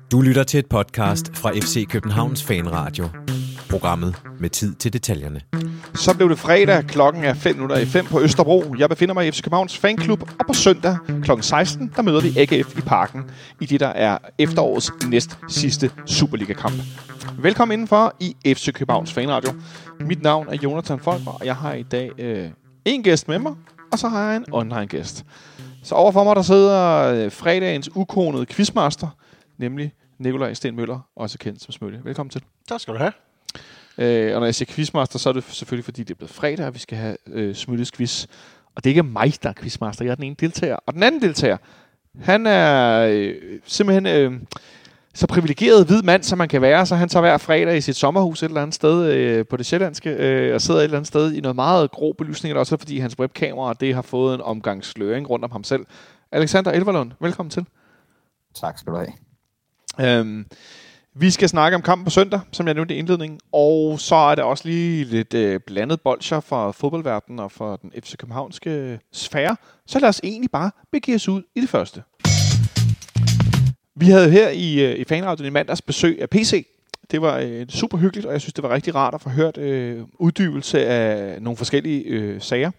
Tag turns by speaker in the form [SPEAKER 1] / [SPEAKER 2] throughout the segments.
[SPEAKER 1] Du lytter til et podcast fra FC Københavns Fanradio. Programmet med tid til detaljerne.
[SPEAKER 2] Så blev det fredag. Klokken er 5:05 på Østerbro. Jeg befinder mig i FC Københavns Fanklub, og på søndag kl. 16, der møder vi AGF i Parken i det, der er efterårets næst sidste Superliga-kamp. Velkommen indenfor i FC Københavns Fanradio. Mit navn er Jonathan Folker, og jeg har i dag en gæst med mig, og så har jeg en online-gæst. Så overfor mig, der sidder fredagens ukonede quizmaster, nemlig Nikolaj Sten Møller, også kendt som Smølle. Velkommen til.
[SPEAKER 3] Tak skal du have.
[SPEAKER 2] Og når jeg siger quizmaster, så er det selvfølgelig, fordi det er blevet fredag, og vi skal have Smølles quiz. Og det er ikke mig, der er quizmaster. Jeg er den ene deltager. Og den anden deltager, han er simpelthen så privilegeret hvid mand, som man kan være. Så han tager hver fredag i sit sommerhus et eller andet sted på det sjællandske, og sidder et eller andet sted i noget meget grå belysning. Og også fordi hans webkamera, det har fået en omgang sløring rundt om ham selv. Alexander Elverlund, velkommen til.
[SPEAKER 4] Tak skal du have.
[SPEAKER 2] Vi skal snakke om kampen på søndag, som jeg nævnte i indledningen, og så er der også lige lidt blandet bolsjer fra fodboldverdenen og fra den FC Københavnske sfære. Så lad os egentlig bare begive os ud i det første. Vi havde her i Fanradioen i mandags besøg af PC. Det var super hyggeligt, og jeg synes, det var rigtig rart at få hørt uddybelse af nogle forskellige sager.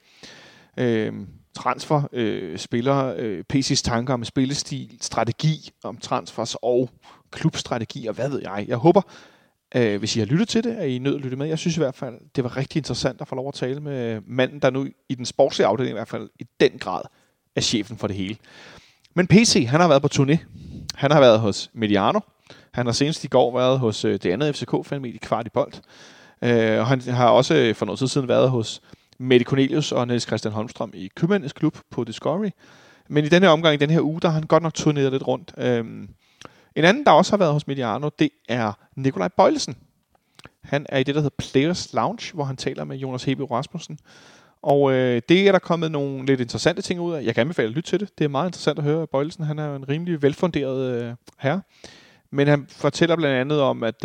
[SPEAKER 2] Transfer, spillere, PC's tanker om spillestil, strategi om transfers og klubstrategi, og hvad ved jeg. Jeg håber, hvis I har lyttet til det, at I er nødt at lytte med. Jeg synes i hvert fald, det var rigtig interessant at få lov at tale med manden, der nu i den sportslige afdeling i hvert fald i den grad er chefen for det hele. Men PC, han har været på turné. Han har været hos Mediano. Han har senest i går været hos det andet FCK-fanmedie Kvart i Bold. Og han har også for noget tid siden været hos Mette Cornelius og Niels Christian Holmstrøm i Købmændenes Klub på Discovery. Men i den her omgang, i den her uge, der har han godt nok turneret lidt rundt. En anden, der også har været hos Mediano, det er Nikolaj Bøjlesen. Han er i det, der hedder Players Lounge, hvor han taler med Jonas Hebe Rasmussen. Og det er der kommet nogle lidt interessante ting ud af. Jeg kan anbefale at lytte til det. Det er meget interessant at høre. Bøjlesen, han er jo en rimelig velfunderet herre. Men han fortæller blandt andet om, at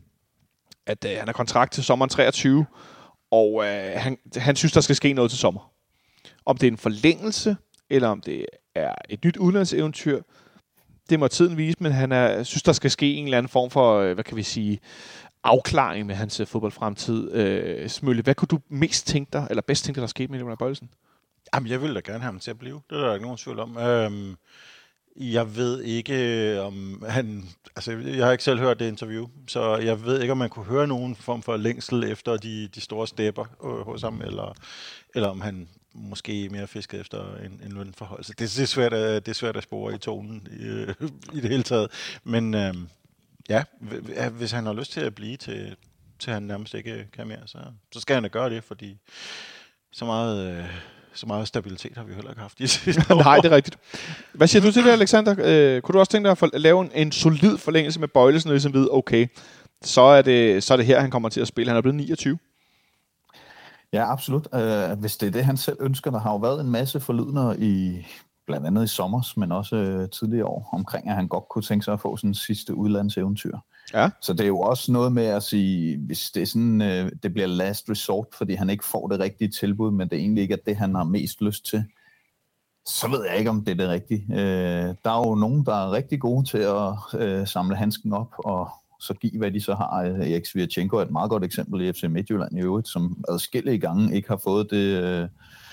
[SPEAKER 2] han har kontrakt til sommeren 23, og han synes, der skal ske noget til sommer. Om det er en forlængelse, eller om det er et nyt udlandseventyr, det må tiden vise, men han synes, der skal ske en eller anden form for, hvad kan vi sige, afklaring med hans fodboldfremtid. Smølle, hvad kunne du mest tænke dig, eller bedst tænke dig, der skete med Nikolaj Bøjlesen?
[SPEAKER 3] Jamen, jeg ville da gerne have ham til at blive. Det er der ikke nogen tvivl om. Jeg ved ikke, om han... Altså, jeg har ikke selv hørt det interview, så jeg ved ikke, om man kunne høre nogen form for længsel efter de store stepper hos ham, eller om han måske mere fisket efter en lønforhold. Det er svært at spore i tonen i det hele taget. Men ja, hvis han har lyst til at blive til han nærmest ikke kan mere, så skal han da gøre det, fordi så meget stabilitet har vi heller ikke haft i sidste år.
[SPEAKER 2] Nej, det er rigtigt. Hvad siger du til det, Alexander? Kunne du også tænke dig at lave en solid forlængelse med Bøjlesen, og ligesom vide, okay, så er det her, han kommer til at spille. Han er blevet 29.
[SPEAKER 4] Ja, absolut. Hvis det er det, han selv ønsker, der har jo været en masse forlydender blandt andet i sommers, men også tidligere år, omkring at han godt kunne tænke sig at få sådan en sidste udlandseventyr. Ja. Så det er jo også noget med at sige, hvis det er sådan, det bliver last resort, fordi han ikke får det rigtige tilbud, men det egentlig ikke er det, han har mest lyst til, så ved jeg ikke, om det er det rigtige. Der er jo nogen, der er rigtig gode til at samle handsken op og så give, hvad de så har. Erik Svirchenko er et meget godt eksempel i FC Midtjylland i øvrigt, som adskillige gange ikke har fået det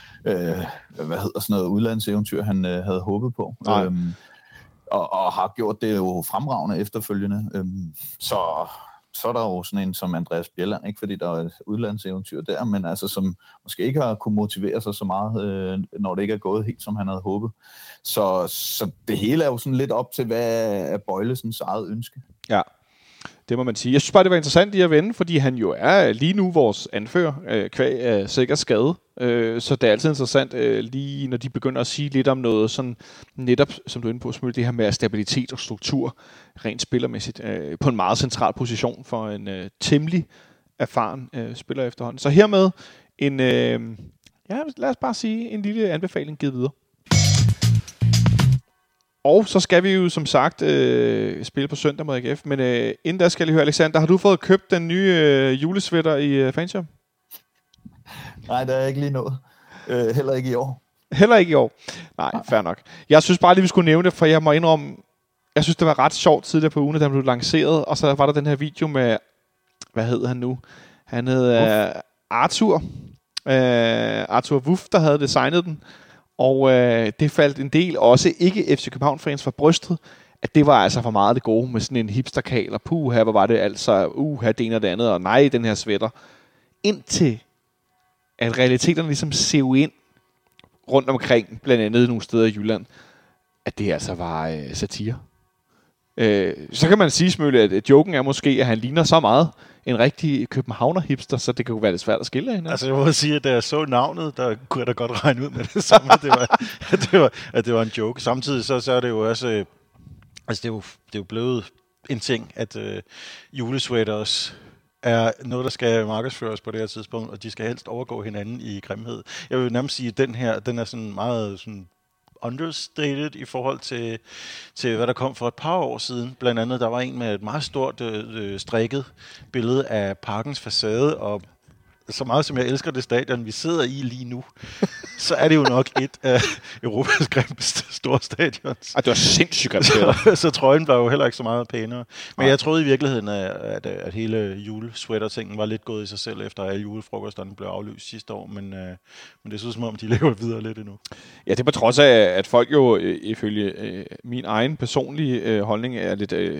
[SPEAKER 4] udlandseventyr, han havde håbet på. Og har gjort det jo fremragende efterfølgende. Så er der jo sådan en som Andreas Bjelland, ikke fordi der er et udlandseventyr der, men altså som måske ikke har kunnet motivere sig så meget, når det ikke er gået helt, som han havde håbet. Så det hele er jo sådan lidt op til, hvad er Bøjlesens eget ønske. Ja.
[SPEAKER 2] Det må man sige. Jeg synes bare, det var interessant lige at vende, fordi han jo er lige nu vores anfører, kvæg af sikker skade. Så det er altid interessant, lige når de begynder at sige lidt om noget, sådan netop, som du er inde på, Smølle, det her med stabilitet og struktur, rent spillermæssigt, på en meget central position for en temmelig erfaren spiller efterhånden. Så hermed lad os bare sige, en lille anbefaling givet videre. Og så skal vi jo som sagt spille på søndag mod AGF, men inden da skal jeg lige høre, Alexander, har du fået købt den nye julesweater i Fanshop?
[SPEAKER 4] Nej, det er ikke lige noget. Heller ikke i år.
[SPEAKER 2] Heller ikke i år? Nej, fair nok. Jeg synes bare lige, vi skulle nævne det, for jeg må indrømme, Jeg synes, det var ret sjovt tidligere på ugen, da den blev lanceret, og så var der den her video med, hvad hed han nu? Han hed Arthur. Arthur Wuff, der havde designet den. Og det faldt en del, også ikke FC København-fans fra brystet, at det var altså for meget det gode med sådan en hipsterkal, og puha, hvor var det altså, det ene og det andet, og nej, den her sweater. Indtil at realiteterne ligesom sev ind rundt omkring, blandt andet nogle steder i Jylland, at det altså var satire. Så kan man sige, Smølle, at joken er måske, at han ligner så meget en rigtig københavner-hipster, så det kan jo være lidt svært at skille af hinanden.
[SPEAKER 3] Altså jeg må sige, at da jeg så navnet, der kunne jeg da godt regne ud med det samme, at det var en joke. Samtidig så er det jo også, altså det er jo blevet en ting, at julesweaters er noget, der skal markedsføres på det her tidspunkt, og de skal helst overgå hinanden i grimhed. Jeg vil nærmest sige, at den her, den er sådan meget sådan understated i forhold til hvad der kom for et par år siden. Blandt andet, der var en med et meget stort strikket billede af parkens facade, og så meget som jeg elsker det stadion, vi sidder i lige nu, så er det jo nok et af Europas grimmeste store stadions.
[SPEAKER 2] Det var sindssygt grimt.
[SPEAKER 3] Så trøjen var jo heller ikke så meget pænere. Men jeg troede i virkeligheden, at hele julesweater-tingen var lidt gået i sig selv, efter at julefrokosterne blev aflyst sidste år, men det synes som om, de lever videre lidt endnu.
[SPEAKER 2] Ja, det er på trods af, at folk jo ifølge min egen personlige holdning er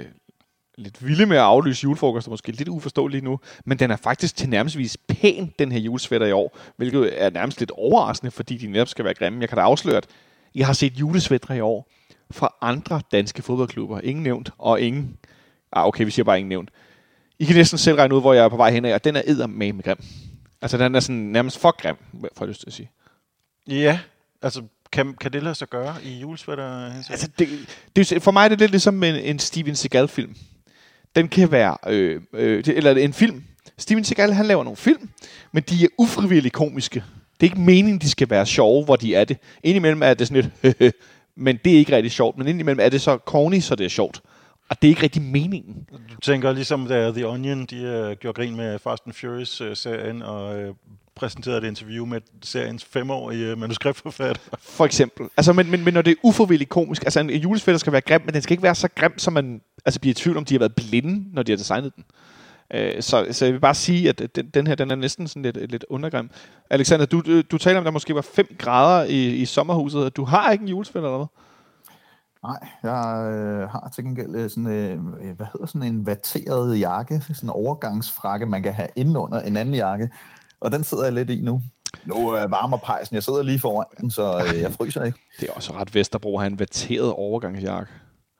[SPEAKER 2] lidt vilde med at aflyse julefrokoster, måske lidt uforståeligt nu, men den er faktisk tilnærmelsesvis pæn, den her julesweater i år, hvilket er nærmest lidt overraskende, fordi de netop skal være grimme. Jeg kan da afsløre, at jeg har set julesweater i år fra andre danske fodboldklubber. Ingen nævnt, og ingen... okay, vi siger bare ingen nævnt. I kan næsten selv regne ud, hvor jeg er på vej hen af, og den er eddermame grim. Altså, den er sådan nærmest for grim, får jeg lyst til at sige.
[SPEAKER 3] Ja, altså... Kan det lade sig gøre i julesweater?
[SPEAKER 2] Altså, for mig er det lidt ligesom en Steven Seagal-film. Den kan være... eller en film. Steven Seagal, han laver nogle film, men de er ufrivilligt komiske. Det er ikke meningen, de skal være sjove, hvor de er det. Indimellem er det sådan lidt... men det er ikke rigtig sjovt. Men indimellem er det så corny, så det er sjovt. Og det er ikke rigtig meningen.
[SPEAKER 3] Du tænker ligesom, da The Onion, de gjorde grin med Fast and Furious-serien, og præsenterede et interview med seriens 5-årige manuskriptforfatter. For
[SPEAKER 2] eksempel. Altså, men når det er ufrivilligt komisk, altså en julesweater skal være grim, men den skal ikke være så grim, som man bliver i tvivl om, de har været blinde, når de har designet den. Så jeg vil bare sige, at den her, den er næsten sådan lidt undergrim. Alexander, du taler om, at der måske var 5 grader i sommerhuset. Du har ikke en julesweater, eller hvad?
[SPEAKER 4] Nej, jeg har til gengæld sådan en vatteret jakke, sådan en overgangsfrakke, man kan have indenunder en anden jakke, og den sidder jeg lidt i nu. Nu varmer pejsen, jeg sidder lige foran den, så jeg fryser ikke.
[SPEAKER 2] Det er også ret Vesterbro at have en vatteret overgangsjakke.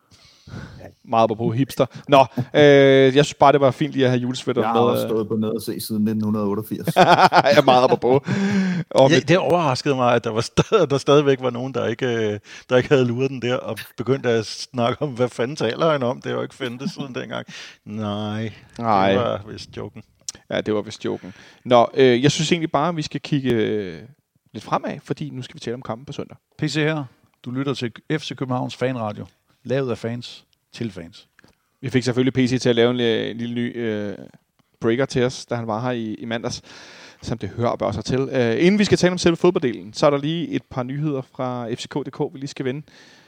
[SPEAKER 2] Meget på hipster. Nå, jeg synes bare, det var fint lige at have julesweater med.
[SPEAKER 4] Jeg har også stået på ned og se siden 1988.
[SPEAKER 2] Jeg er meget på.
[SPEAKER 3] Det overraskede mig, at der stadigvæk var nogen, der ikke havde luret den der, og begyndte at snakke om, hvad fanden taler han om? Det var ikke fandtes siden dengang. Nej, det var vist joken.
[SPEAKER 2] Ja, det var vist joken. Nå, jeg synes egentlig bare, at vi skal kigge lidt fremad, fordi nu skal vi tale om kampen på søndag.
[SPEAKER 5] PC her. Du lytter til FC Københavns fanradio. Lavet af fans til fans.
[SPEAKER 2] Vi fik selvfølgelig PC til at lave en lille ny breaker til os, da han var her i mandags, som det hører op også til. Inden vi skal tale om selve fodbolddelen, så er der lige et par nyheder fra FCK.dk, vi lige skal vende.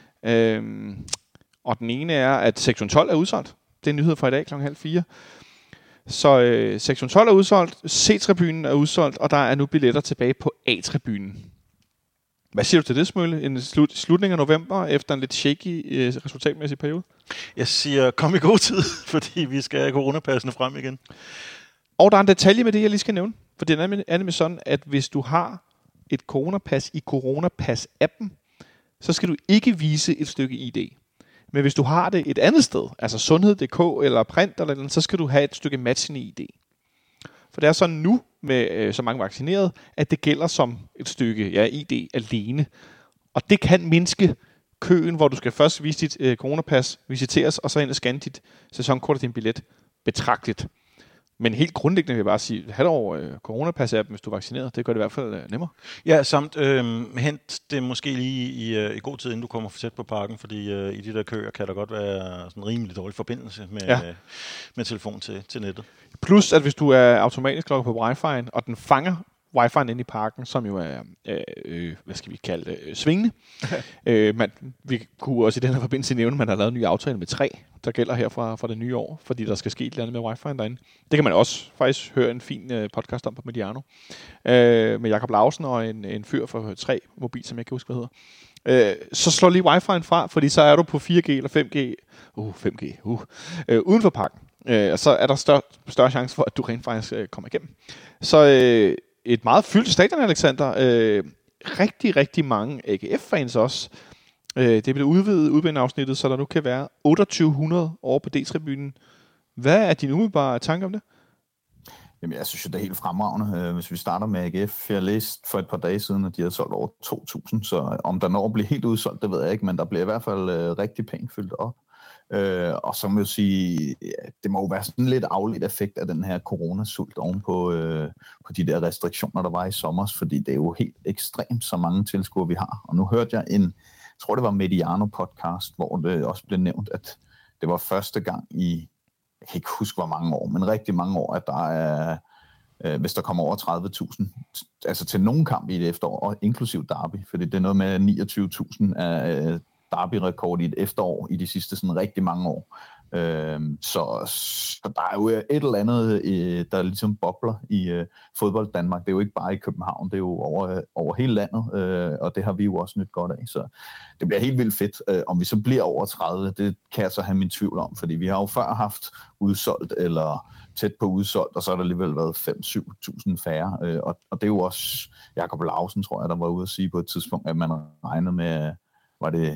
[SPEAKER 2] Og den ene er, at sektion 12 er udsolgt. Det er en nyhed fra i dag kl. 3:30. Så sektion 12 er udsolgt, C-tribunen er udsolgt, og der er nu billetter tilbage på A-tribunen. Hvad siger du til det, Smølle? En slutning af november, efter en lidt shaky resultatmæssig periode?
[SPEAKER 3] Jeg siger, kom i god tid, fordi vi skal have coronapassene frem igen.
[SPEAKER 2] Og der er en detalje med det, jeg lige skal nævne. For det er nemlig sådan, at hvis du har et coronapas i Coronapas-appen, så skal du ikke vise et stykke ID. Men hvis du har det et andet sted, altså sundhed.dk eller print eller noget, så skal du have et stykke matchende ID. For det er sådan nu, med så mange vaccinerede, at det gælder som et stykke ID alene. Og det kan mindske køen, hvor du skal først vise dit coronapas, visiteres, og så ind og scanne dit sæsonkort og din billet betragteligt. Men helt grundlæggende vil jeg bare sige, have dog coronapas-appen, hvis du er vaccineret. Det gør det i hvert fald nemmere.
[SPEAKER 3] Ja, samt hent det måske lige i god tid, inden du kommer for tæt på parken, fordi i de der køer kan der godt være sådan en rimelig dårlig forbindelse med telefon til nettet.
[SPEAKER 2] Plus, at hvis du er automatisk logget på wifi'en, og den fanger wifi'en inde i parken, som jo er, hvad skal vi kalde det, svingende. Vi kunne også i den her forbindelse nævne, at man har lavet en ny aftale med 3, der gælder her fra det nye år, fordi der skal ske et eller andet med wifi'en derinde. Det kan man også faktisk høre en fin podcast om på Mediano, med Jakob Lausen og en fyr fra 3 Mobil, som jeg kan huske, hvad hedder. Så slå lige wifi'en fra, fordi så er du på 4G eller 5G, 5G, uden for parken. Og så er der større chance for, at du rent faktisk kommer igennem. Så et meget fyldt stadion, Alexander. Rigtig, rigtig mange AGF-fans også. Det er blevet udvidet udbaneafsnittet, så der nu kan være 2800 over på D-tribunen. Hvad er din umiddelbare tanke om det?
[SPEAKER 4] Jamen, jeg synes jo, det er helt fremragende. Hvis vi starter med AGF, jeg læste for et par dage siden, at de havde solgt over 2.000, så om der når at blive helt udsolgt, det ved jeg ikke, men der bliver i hvert fald rigtig pænt fyldt op. Og så må jeg sige, det må jo være sådan lidt afledt effekt af den her coronasult ovenpå på de der restriktioner, der var i sommer, fordi det er jo helt ekstremt, så mange tilskuere vi har. Og nu hørte jeg jeg tror det var Mediano-podcast, hvor det også blev nævnt, at det var første gang i, jeg kan ikke huske hvor mange år, men rigtig mange år, at der er, hvis der kommer over 30.000, altså til nogen kamp i et efterår, og inklusiv derby, fordi det er noget med 29.000 af derby-rekord i et efterår i de sidste sådan rigtig mange år. Så der er jo et eller andet, der ligesom bobler i fodbold Danmark. Det er jo ikke bare i København, det er jo over hele landet, og det har vi jo også nyt godt af. Så det bliver helt vildt fedt. Om vi så bliver over 30, det kan jeg så have min tvivl om, fordi vi har jo før haft udsolgt eller tæt på udsolgt, og så har der alligevel været 5-7.000 færre. Og det er jo også Jakob Lausen, tror jeg, der var ude at sige på et tidspunkt, at man regnede med, var det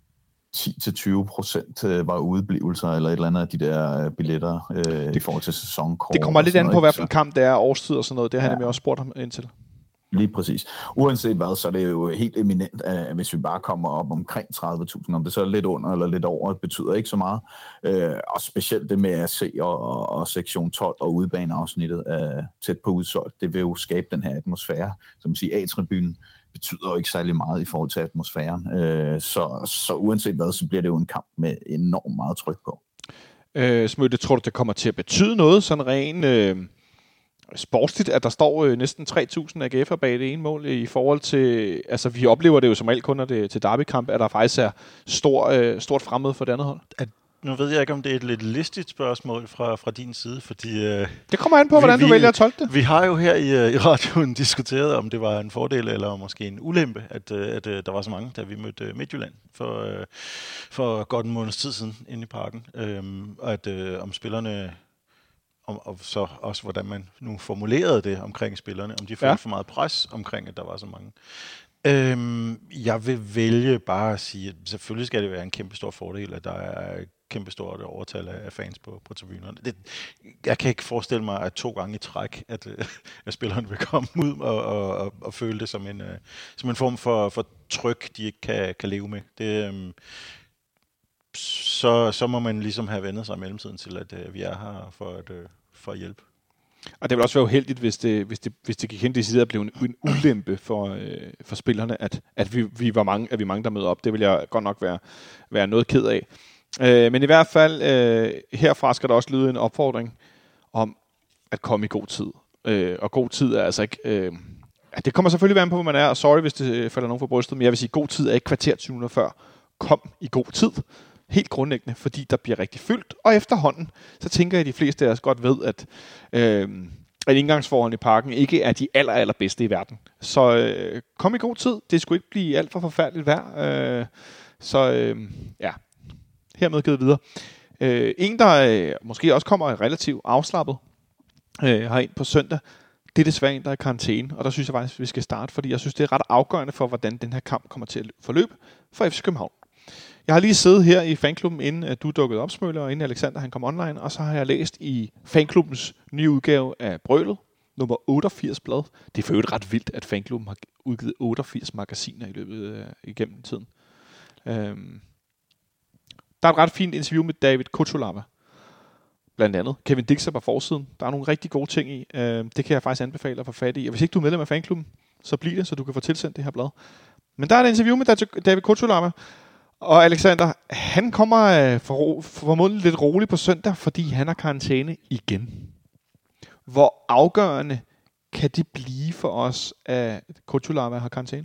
[SPEAKER 4] 10-20% var udeblivelser, eller et eller andet af de der billetter i forhold til sæsonkort.
[SPEAKER 2] Det kommer lidt an på, hvad for en kamp det er, årstid og sådan noget. Det har jeg nemlig også spurgt ham ind til.
[SPEAKER 4] Lige præcis. Uanset hvad, så er det jo helt eminent, at hvis vi bare kommer op omkring 30.000, om det så er lidt under eller lidt over, det betyder ikke så meget. Og specielt det med AC og sektion 12 og udebaneafsnittet tæt på udsolgt, det vil jo skabe den her atmosfære. Som siger, A-tribunen betyder jo ikke særlig meget i forhold til atmosfæren. Så uanset hvad, så bliver det jo en kamp med enormt meget tryk på.
[SPEAKER 2] Smøtte, tror du, det kommer til at betyde noget, sådan rent sportsligt, at der står næsten 3.000 AGF'er bag det ene mål i forhold til, altså vi oplever det jo som alt kun, når det er til derbykamp, at der faktisk er stort fremmede for det andet hold?
[SPEAKER 3] Nu ved jeg ikke, om det er et lidt listigt spørgsmål fra din side, fordi
[SPEAKER 2] det kommer an på, hvordan du vælger at tolke det.
[SPEAKER 3] Vi har jo her i radioen diskuteret, om det var en fordel eller måske en ulempe, at der var så mange, da vi mødte Midtjylland for godt en måneds tid siden inde i parken. Og at om spillerne, og så også hvordan man nu formulerede det omkring spillerne, om de følte for meget pres omkring, at der var så mange. Jeg vil vælge bare at sige, at selvfølgelig skal det være en kæmpe stor fordel, at der er kæmpe stort overtal af fans på tribunerne. Jeg kan ikke forestille mig, at 2 gange i træk, at spillerne vil komme ud og føle det som en form for tryk, de ikke kan leve med. Det, så må man ligesom have vendt sig i mellemtiden til, at vi er her for at hjælpe.
[SPEAKER 2] Og det vil også være uheldigt, hvis det gik hen til side at blive en ulempe for spillerne, at vi er mange, der møder op. Det vil jeg godt nok være noget ked af. Men i hvert fald herfra skal der også lyde en opfordring om at komme i god tid. Og god tid er altså ikke... det kommer selvfølgelig være på, hvor man er, og sorry, hvis det falder nogen for brystet, men jeg vil sige, god tid er ikke kvarter 20 minutter før. Kom i god tid. Helt grundlæggende, fordi der bliver rigtig fyldt. Og efterhånden, så tænker jeg, at de fleste af os godt ved, at indgangsforholdene i parken ikke er de allerbedste i verden. Så kom i god tid. Det skulle ikke blive alt for forfærdeligt vejr. Hermed givet videre. En, der måske også kommer relativt afslappet herind på søndag, det er desværre en, der er i karantæne. Og der synes jeg faktisk, at vi skal starte, fordi jeg synes, det er ret afgørende for, hvordan den her kamp kommer til at forløbe for FC København. Jeg har lige siddet her i fanklubben, inden du dukkede op, Smølle, og inden Alexander han kom online, og så har jeg læst i fanklubbens nye udgave af Brølet, nummer 88 blad. Det er for øvrigt ret vildt, at fanklubben har udgivet 88 magasiner i løbet igennem tiden. Der er et ret fint interview med David Kutsulava, blandt andet. Kevin Dix er på forsiden. Der er nogle rigtig gode ting i. Det kan jeg faktisk anbefale at få fat i. Og hvis ikke du er medlem af fanklubben, så bliv det, så du kan få tilsendt det her blad. Men der er et interview med David Kutsulava. Og Alexander, han kommer formodentlig lidt roligt på søndag, fordi han har karantæne igen. Hvor afgørende kan det blive for os, at Kutsulava har karantæne?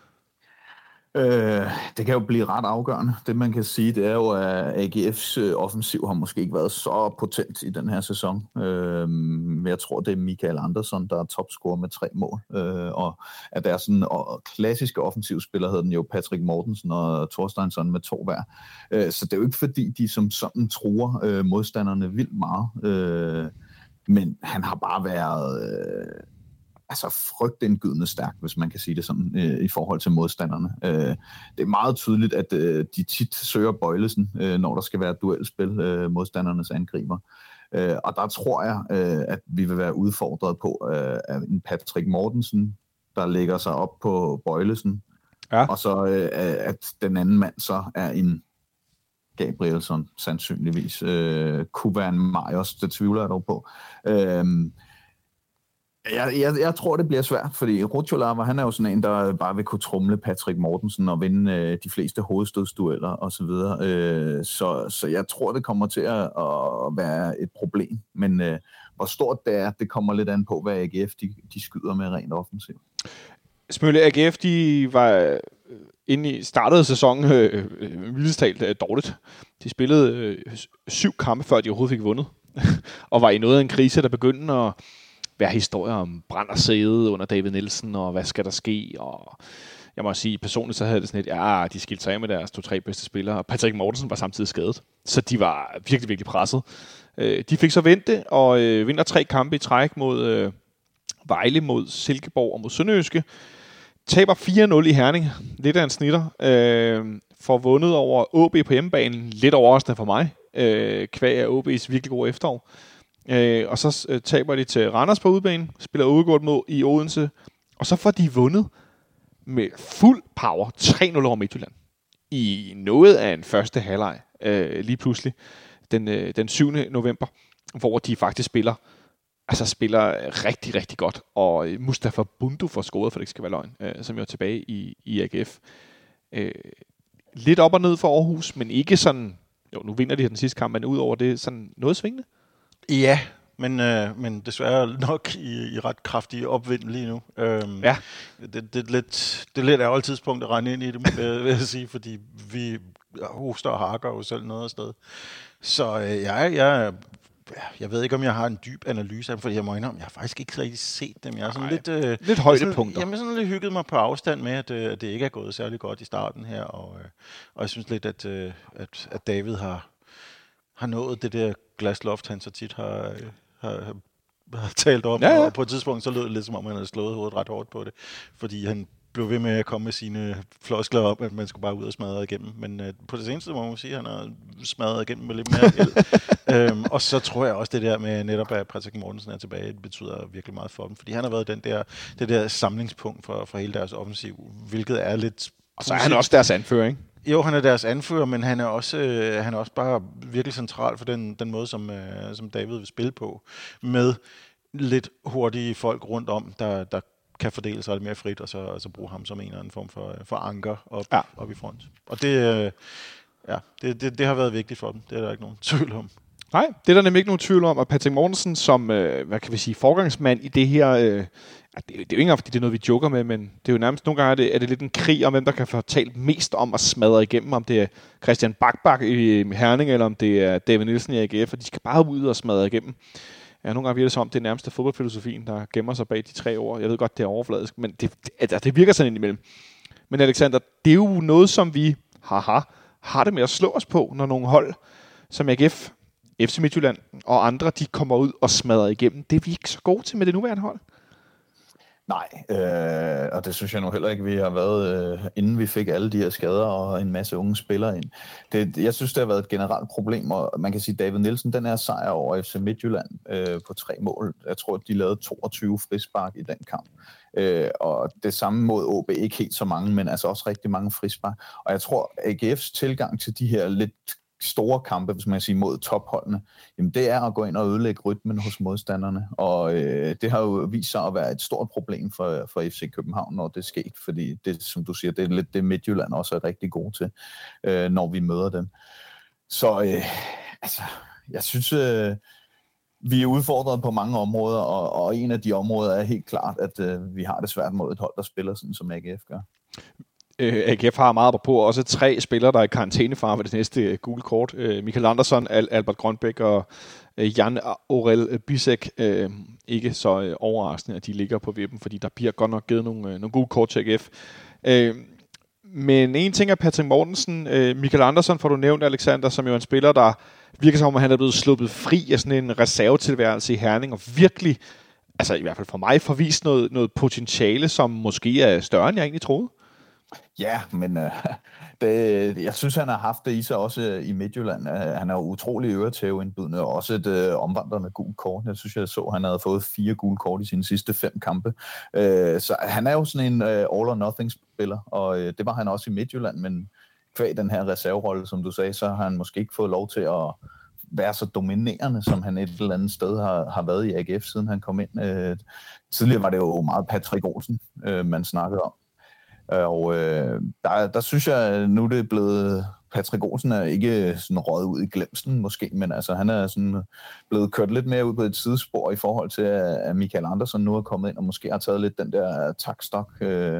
[SPEAKER 4] Det kan jo blive ret afgørende. Det man kan sige, det er jo, at AGF's offensiv har måske ikke været så potent i den her sæson. Men jeg tror, det er Michael Andersson, der er topscorer med 3 mål. Og at der er sådan klassiske offensivspillere, hedder den jo Patrick Mortensen og Thorsteinsson med 2 hver. Så det er jo ikke fordi, de som sådan truer modstanderne vildt meget. Men han har bare været... frygtindgydende stærkt, hvis man kan sige det sådan, i forhold til modstanderne. Det er meget tydeligt, at de tit søger bøjlesen, når der skal være duelspil, modstandernes angriber. Og der tror jeg, at vi vil være udfordret på af en Patrick Mortensen, der lægger sig op på bøjlesen, og så at den anden mand så er en Gabrielsson, sandsynligvis. Kunne være en Marius, det tvivler jeg dog på. Jeg tror, det bliver svært, fordi Rucholava, han er jo sådan en, der bare vil kunne tromle Patrick Mortensen og vinde de fleste hovedstødsdueller osv. Så jeg tror, det kommer til at være et problem. Men hvor stort det er, det kommer lidt an på, hvad AGF de skyder med rent offensivt.
[SPEAKER 2] Smølle, AGF, de var startede sæsonen mildest talt dårligt. De spillede 7 kampe, før de overhovedet fik vundet. Og var i noget af en krise, der begyndte at være historier om brand og sæde under David Nielsen, og hvad skal der ske, og jeg må sige, personligt så havde det sådan et, de skilte sig af med deres 2-3 bedste spillere, og Patrick Mortensen var samtidig skadet, så de var virkelig, virkelig presset. De fik så vente, og vinder 3 kampe i træk mod Vejle, mod Silkeborg og mod Sønderjyske. Taber 4-0 i Herning, lidt af en snitter. Får vundet over OB på hjemmebanen, lidt overraskende for mig, kvæg af OB's virkelig gode efterår. Og så taber de til Randers på udebane, spiller uafgjort mod i Odense, og så får de vundet med fuld power 3-0 over Midtjylland i noget af en første halvleg lige pludselig den 7. november, hvor de faktisk spiller rigtig, rigtig godt, og Mustafa Bundu får scoret, for det ikke skal være løgn, som jo er tilbage i AGF. Lidt op og ned for Aarhus, men ikke sådan, jo, nu vinder de den sidste kamp, men udover det sådan noget svingende. Ja,
[SPEAKER 3] men desværre nok i ret kraftig opvind lige nu. Det er lidt ærgerligt tidspunkt at regne ind i det, vil jeg sige, fordi vi hoster og hakker jo selv noget af sted. Så jeg ved ikke, om jeg har en dyb analyse af dem, fordi jeg må indrømme, jeg har faktisk ikke rigtig set dem. Jeg er sådan
[SPEAKER 2] lidt højdepunkter.
[SPEAKER 3] Jeg har sådan lidt hygget mig på afstand med, at det ikke er gået særlig godt i starten her, og jeg synes lidt, at David har nået det der glasloft, han så tit har talt om, og på et tidspunkt så lød det lidt, som om han havde slået hovedet ret hårdt på det, fordi han blev ved med at komme med sine floskler om, at man skulle bare ud og smadre igennem. Men på det seneste må man sige, at han har smadret igennem med lidt mere held. Og så tror jeg også, det der med netop, at Patrick Mortensen er tilbage, det betyder virkelig meget for dem, fordi han har været det der samlingspunkt for hele deres offensiv, hvilket er lidt...
[SPEAKER 2] Og så er han også deres anfører, ikke?
[SPEAKER 3] Jo, han er deres anfører, men han er også bare virkelig central for den måde, som David vil spille på, med lidt hurtige folk rundt om, der kan fordele sig lidt mere frit, og så bruge ham som en eller anden form for anker op i front. Og det har været vigtigt for dem. Det er der ikke nogen tvivl om.
[SPEAKER 2] Nej, det er der nemlig ikke nogen tvivl om, at Patrick Mortensen som, hvad kan vi sige, forgangsmand i det her, det er jo ikke engang, fordi det er noget, vi joker med, men det er jo nærmest nogle gange, er det lidt en krig om, hvem der kan fortælle mest om at smadre igennem, om det er Christian Bak i Herning, eller om det er David Nielsen i AGF, og de skal bare ud og smadre igennem. Ja, nogle gange virker det som om, det er nærmest fodboldfilosofien, der gemmer sig bag de 3 ord. Jeg ved godt, det er overfladisk, men det virker sådan indimellem. Men Alexander, det er jo noget, som vi har det med at slå os på, når nogle hold som AGF, FC Midtjylland og andre, de kommer ud og smadrer igennem. Det er vi ikke så gode til med det nuværende hold.
[SPEAKER 4] Nej, og det synes jeg nu heller ikke, vi har været, inden vi fik alle de her skader og en masse unge spillere ind. Jeg synes, det har været et generelt problem, og man kan sige, David Nielsen, den er sejr over FC Midtjylland på 3 mål. Jeg tror, de lavede 22 frispark i den kamp. Og det samme mod OB, ikke helt så mange, men altså også rigtig mange frispark. Og jeg tror, AGF's tilgang til de her lidt store kampe, hvis man kan sige, mod topholdene, jamen det er at gå ind og ødelægge rytmen hos modstanderne, og det har jo vist sig at være et stort problem for FC København, når det er sket, fordi det, som du siger, det er lidt det Midtjylland også er rigtig gode til, når vi møder dem. Så jeg synes, vi er udfordret på mange områder, og en af de områder er helt klart, at vi har det svært mod et hold, der spiller sådan, som AGF gør.
[SPEAKER 2] AGF har meget på, også 3 spillere, der er i karantænefare ved det næste gule kort. Michael Andersson, Albert Grønbæk og Jan Aurel Bisek. Ikke så overraskende, at de ligger på vippen, fordi der bliver godt nok givet nogle gule kort til AGF. Men en ting er Patrick Mortensen. Michael Andersson får du nævnt, Alexander, som jo er en spiller, der virker som om, han er blevet sluppet fri af sådan en reservetilværelse i Herning, og virkelig, altså i hvert fald for mig, forvist noget potentiale, som måske er større, end jeg egentlig troede.
[SPEAKER 4] Ja, men jeg synes, han har haft det i sig også i Midtjylland. Han er utrolig øretæveindbydende, og også et omvandrende gult kort. Jeg synes, jeg så, han havde fået 4 gule kort i sine sidste 5 kampe. Så han er jo sådan en all-or-nothing-spiller, og det var han også i Midtjylland, men kvæg den her reserverolle, som du sagde, så har han måske ikke fået lov til at være så dominerende, som han et eller andet sted har været i AGF, siden han kom ind. Tidligere var det jo meget Patrick Olsen, man snakkede om. Og der synes jeg, nu det er blevet... Patrick Olsen er ikke sådan røget ud i glemsten måske, men altså han er sådan blevet kørt lidt mere ud på et sidespor i forhold til, at Michael Andersson nu er kommet ind og måske har taget lidt den der takstok.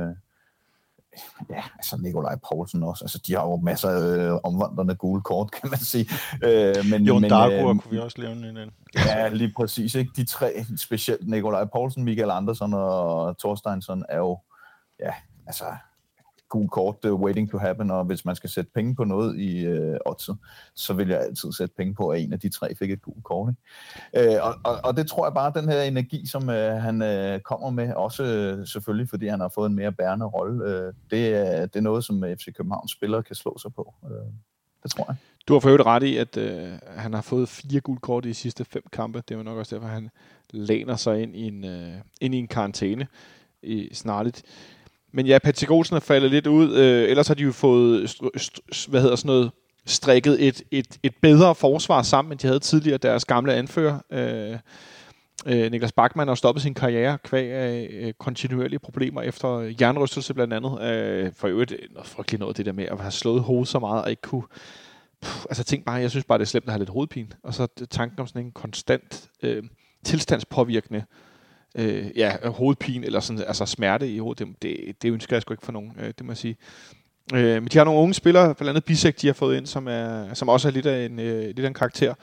[SPEAKER 4] Ja, altså Nikolaj Poulsen også. Altså de har jo masser af omvandrende gule kort, kan man sige.
[SPEAKER 3] Jon Dagur kunne vi også lave en.
[SPEAKER 4] Ja, lige præcis. Ikke? De 3, specielt Nikolaj Poulsen, Michael Andersson og Thorsteinsson er jo, ja, altså gul kort, waiting to happen, og hvis man skal sætte penge på noget i oddset, så vil jeg altid sætte penge på, at en af de 3 fik et gult kort. Og det tror jeg bare, den her energi, som han kommer med, også selvfølgelig, fordi han har fået en mere bærende rolle, det er noget, som FC Københavns spillere kan slå sig på. Det tror jeg.
[SPEAKER 2] Du har for øvrigt ret i, at han har fået 4 gule kort i de sidste 5 kampe. Det er jo nok også derfor, han læner sig ind i en karantæne snarligt. Men ja, Patrick Olsen er faldet lidt ud. Ellers har de jo fået strikket et bedre forsvar sammen, end de havde tidligere, deres gamle anfører. Niklas Bachmann har stoppet sin karriere kvæg af kontinuerlige problemer efter jernrystelse blandt andet. For øvrigt noget frygteligt noget, det der med at have slået hovedet så meget og ikke kunne... tænk bare, jeg synes bare, det er slemt at have lidt hovedpine. Og så tanken om sådan en konstant tilstandspåvirkende hovedpine eller sådan, altså smerte i hovedet, det ønsker jeg sgu ikke for nogen, det må jeg sige. Men de har nogle unge spillere, blandt andet Bisek, de har fået ind, som også er lidt af en karakter.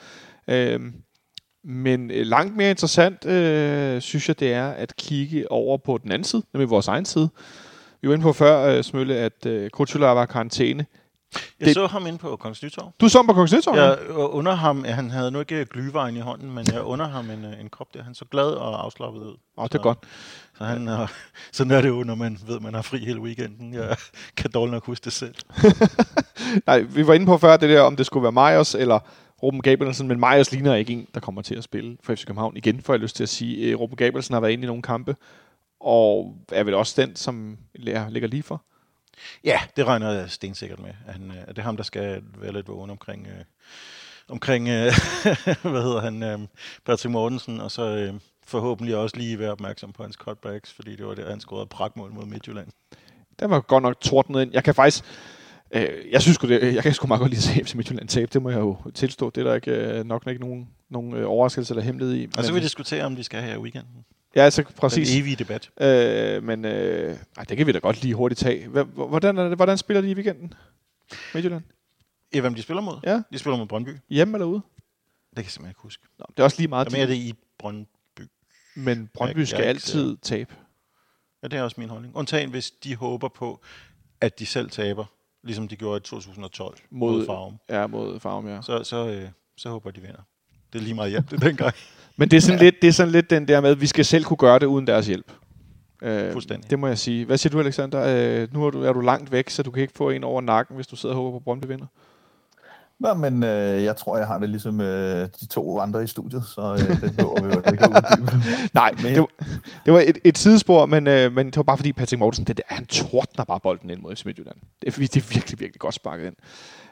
[SPEAKER 2] Men langt mere interessant, synes jeg, det er at kigge over på den anden side, nemlig vores egen side. Vi var inde på før, Smølle, at Kutula var i karantæne.
[SPEAKER 3] Jeg så ham inde på Kongens Nytorv.
[SPEAKER 2] Du så ham på Kongens Nytorv?
[SPEAKER 3] Jeg under ham, han havde nu ikke glyvejen i hånden, men jeg under ham en kop der. Han så glad og afslappet ud.
[SPEAKER 2] Det er godt.
[SPEAKER 3] Så sådan er det jo, når man ved, at man har fri hele weekenden. Jeg kan dårligt nok huske det selv.
[SPEAKER 2] Nej, vi var inde på før det der, om det skulle være Meyers eller Ruben Gabrielsen, men Meyers ligner ikke en, der kommer til at spille for FC København igen, får jeg lyst til at sige. Ruben Gabrielsen har været inde i nogle kampe, og er vel også den, som ligger lige for.
[SPEAKER 3] Ja, det regner jeg stensikkert med. Det er ham, der skal være lidt vågen omkring hvad hedder han, Patrick Mortensen, og så forhåbentlig også lige være opmærksom på hans cutbacks, fordi det var der, han scorede pragtmål mod Midtjylland.
[SPEAKER 2] Den var godt nok tordnet ind. Jeg kan faktisk, jeg kan sgu meget godt lide at se Midtjylland tabe, det må jeg jo tilstå. Det er der ikke nok ikke nogen overraskelse eller hemmelighed i.
[SPEAKER 3] Og så vil vi diskutere, om de skal have i weekenden.
[SPEAKER 2] Ja, altså præcis.
[SPEAKER 3] Den evige debat.
[SPEAKER 2] Men det kan vi da godt lige hurtigt tage. Hvordan spiller de i weekenden? Midtjylland?
[SPEAKER 3] Ja, hvem de spiller mod?
[SPEAKER 2] Ja.
[SPEAKER 3] De spiller mod Brøndby.
[SPEAKER 2] Hjemme eller ude?
[SPEAKER 3] Det kan jeg simpelthen ikke huske.
[SPEAKER 2] Nå, det er også lige meget.
[SPEAKER 3] Jamen er det i Brøndby.
[SPEAKER 2] Men Brøndby skal altid tabe.
[SPEAKER 3] Ja, det er også min holdning. Undtagen hvis de håber på, at de selv taber, ligesom de gjorde i 2012 mod Farum.
[SPEAKER 2] Ja, mod Farum, ja.
[SPEAKER 3] Så håber de vinder. Det er lige meget hjælp, det dengang.
[SPEAKER 2] Men det er sådan lidt den der med, at vi skal selv kunne gøre det uden deres hjælp.
[SPEAKER 3] Fuldstændig.
[SPEAKER 2] Det må jeg sige. Hvad siger du, Alexander? Nu er du langt væk, så du kan ikke få en over nakken, hvis du sidder og håber på, Brøndby vinder.
[SPEAKER 4] Nå, men jeg tror, jeg har det ligesom de 2 andre i studiet, så det behøver vi jo ikke uddybe.
[SPEAKER 2] Nej, det var et sidespor, men det var bare fordi Patrick Mortensen, han tordner bare bolden ind mod FC Midtjylland. Det er virkelig, virkelig godt sparket ind.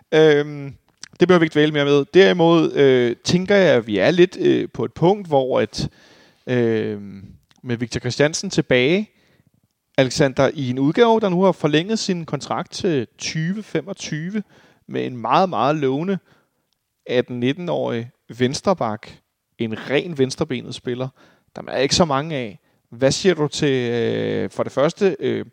[SPEAKER 2] Det behøver vi ikke dvæle mere med. Derimod tænker jeg, at vi er lidt på et punkt, hvor med Victor Christiansen tilbage, Alexander, i en udgave, der nu har forlænget sin kontrakt til 2025 med en meget, meget lovende 18-19-årig venstreback. en ren venstrebenet spiller. Der er ikke så mange af. Hvad siger du til, for det første,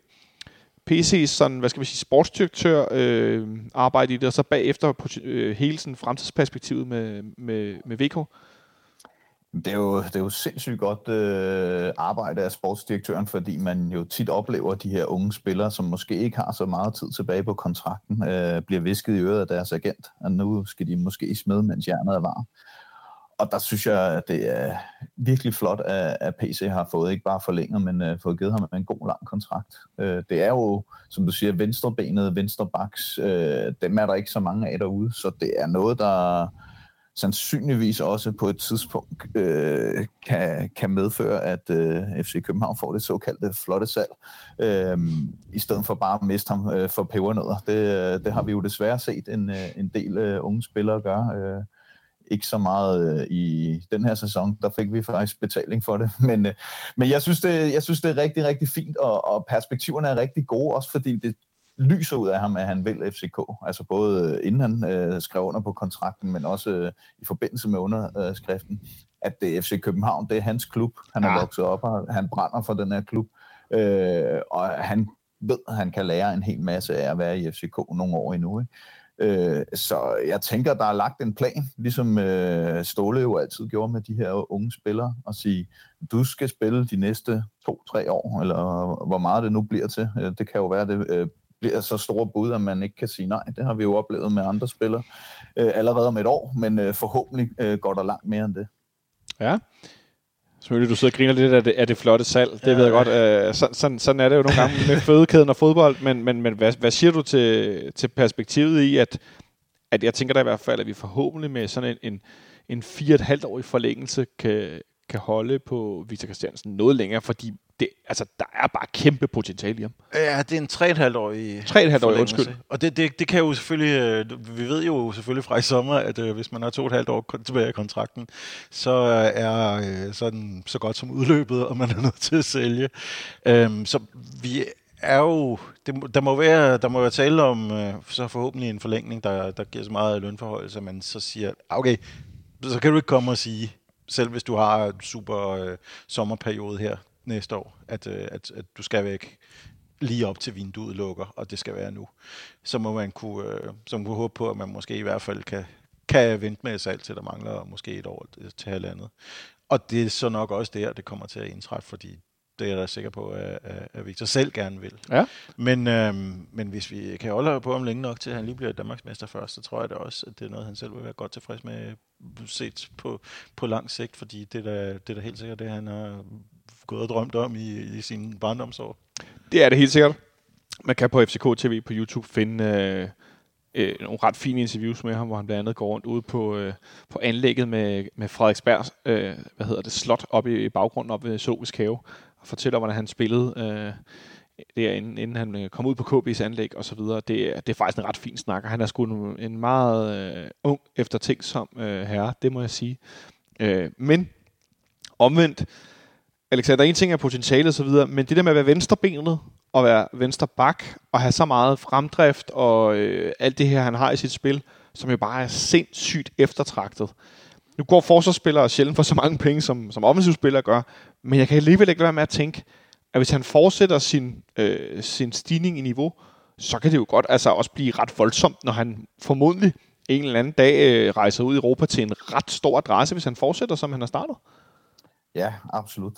[SPEAKER 2] PC's sådan, hvad skal vi sige, sportsdirektør arbejde i det, og så bagefter på hele sådan fremtidsperspektivet med VK?
[SPEAKER 4] Det er jo sindssygt godt arbejde af sportsdirektøren, fordi man jo tit oplever de her unge spillere, som måske ikke har så meget tid tilbage på kontrakten, bliver visket i øret af deres agent, og nu skal de måske smide, mens jernet er varmt. Og der synes jeg, at det er virkelig flot, at PC har fået ikke bare forlænget, men fået givet ham en god lang kontrakt. Det er jo, som du siger, venstrebenet, venstrebacks, dem er der ikke så mange af derude, så det er noget, der sandsynligvis også på et tidspunkt kan medføre, at FC København får det såkaldte flotte salg, i stedet for bare at miste ham for pebernødder. Det har vi jo desværre set en del unge spillere gøre. Ikke så meget i den her sæson, der fik vi faktisk betaling for det, men jeg synes det er rigtig, rigtig fint, og perspektiverne er rigtig gode, også fordi det lyser ud af ham, at han vil FCK, altså både inden han skrev under på kontrakten, men også i forbindelse med underskriften, at det er FC København, det er hans klub, han er vokset op, og han brænder for den her klub, og han ved, at han kan lære en hel masse af at være i FCK nogle år endnu, ikke? Så jeg tænker, der er lagt en plan, ligesom Ståle jo altid gjorde med de her unge spillere, og sige, du skal spille de næste 2-3 år, eller hvor meget det nu bliver til. Det kan jo være, det bliver så store bud, at man ikke kan sige nej. Det har vi jo oplevet med andre spillere allerede om et år, men forhåbentlig går der langt mere end det. Ja.
[SPEAKER 2] Selvfølgelig, du sidder og griner lidt af det flotte salg. Det ved jeg godt. Sådan er det jo nogle gange med fødekæden og fodbold. Men hvad siger du til perspektivet i, at jeg tænker da i hvert fald, at vi forhåbentlig med sådan en 4,5-årig forlængelse kan holde på Victor Christiansen noget længere, fordi der er bare kæmpe potentiale i ham.
[SPEAKER 3] Ja, det er en 3,5-årig
[SPEAKER 2] 3,5-årig, undskyld.
[SPEAKER 3] Og det kan jo selvfølgelig, vi ved jo selvfølgelig fra i sommer, at hvis man har 2,5 år tilbage i kontrakten, så er sådan så godt som udløbet, og man er nødt til at sælge. Så vi er jo, der må være tale om så forhåbentlig en forlængning, der giver så meget lønforhold, så man så siger, okay, så kan du ikke komme og sige, selv hvis du har en super sommerperiode her næste år, at du skal væk lige op til vinduet lukker, og det skal være nu. Så må man kunne håbe på, at man måske i hvert fald kan vente med salg til, der mangler måske et år til halvandet. Og det er så nok også det kommer til at indtræffe, fordi det er jeg da sikker på, at Victor selv gerne vil. Ja. Men hvis vi kan holde på ham længe nok til, at han lige bliver Danmarksmester først, så tror jeg da også, at det er noget, han selv vil være godt tilfreds med, set på lang sigt, fordi det er da helt sikkert det, han har gået og drømt om i sine barndomsår.
[SPEAKER 2] Det er det helt sikkert. Man kan på FCK TV på YouTube finde nogle ret fine interviews med ham, hvor han blandt andet går rundt ude på anlægget med Frederiksberg, slot oppe i baggrunden op ved Zoologisk Have, og fortæller, hvordan han spillede inden han kom ud på KB's anlæg og så videre. Det er faktisk en ret fin snak, og han er sgu en meget ung, eftertænksom herre, det må jeg sige. Men omvendt, Alexander, en ting er potentiale og så videre, men det der med at være venstrebenet og være venstre bak og have så meget fremdrift og alt det her, han har i sit spil, som jo bare er sindssygt eftertragtet. Nu går forsvarsspillere sjældent for så mange penge, som offensivspillere gør, men jeg kan alligevel ikke lade være med at tænke, at hvis han fortsætter sin stigning i niveau, så kan det jo godt også blive ret voldsomt, når han formodentlig en eller anden dag rejser ud i Europa til en ret stor adresse, hvis han fortsætter, som han har startet.
[SPEAKER 4] Ja, absolut.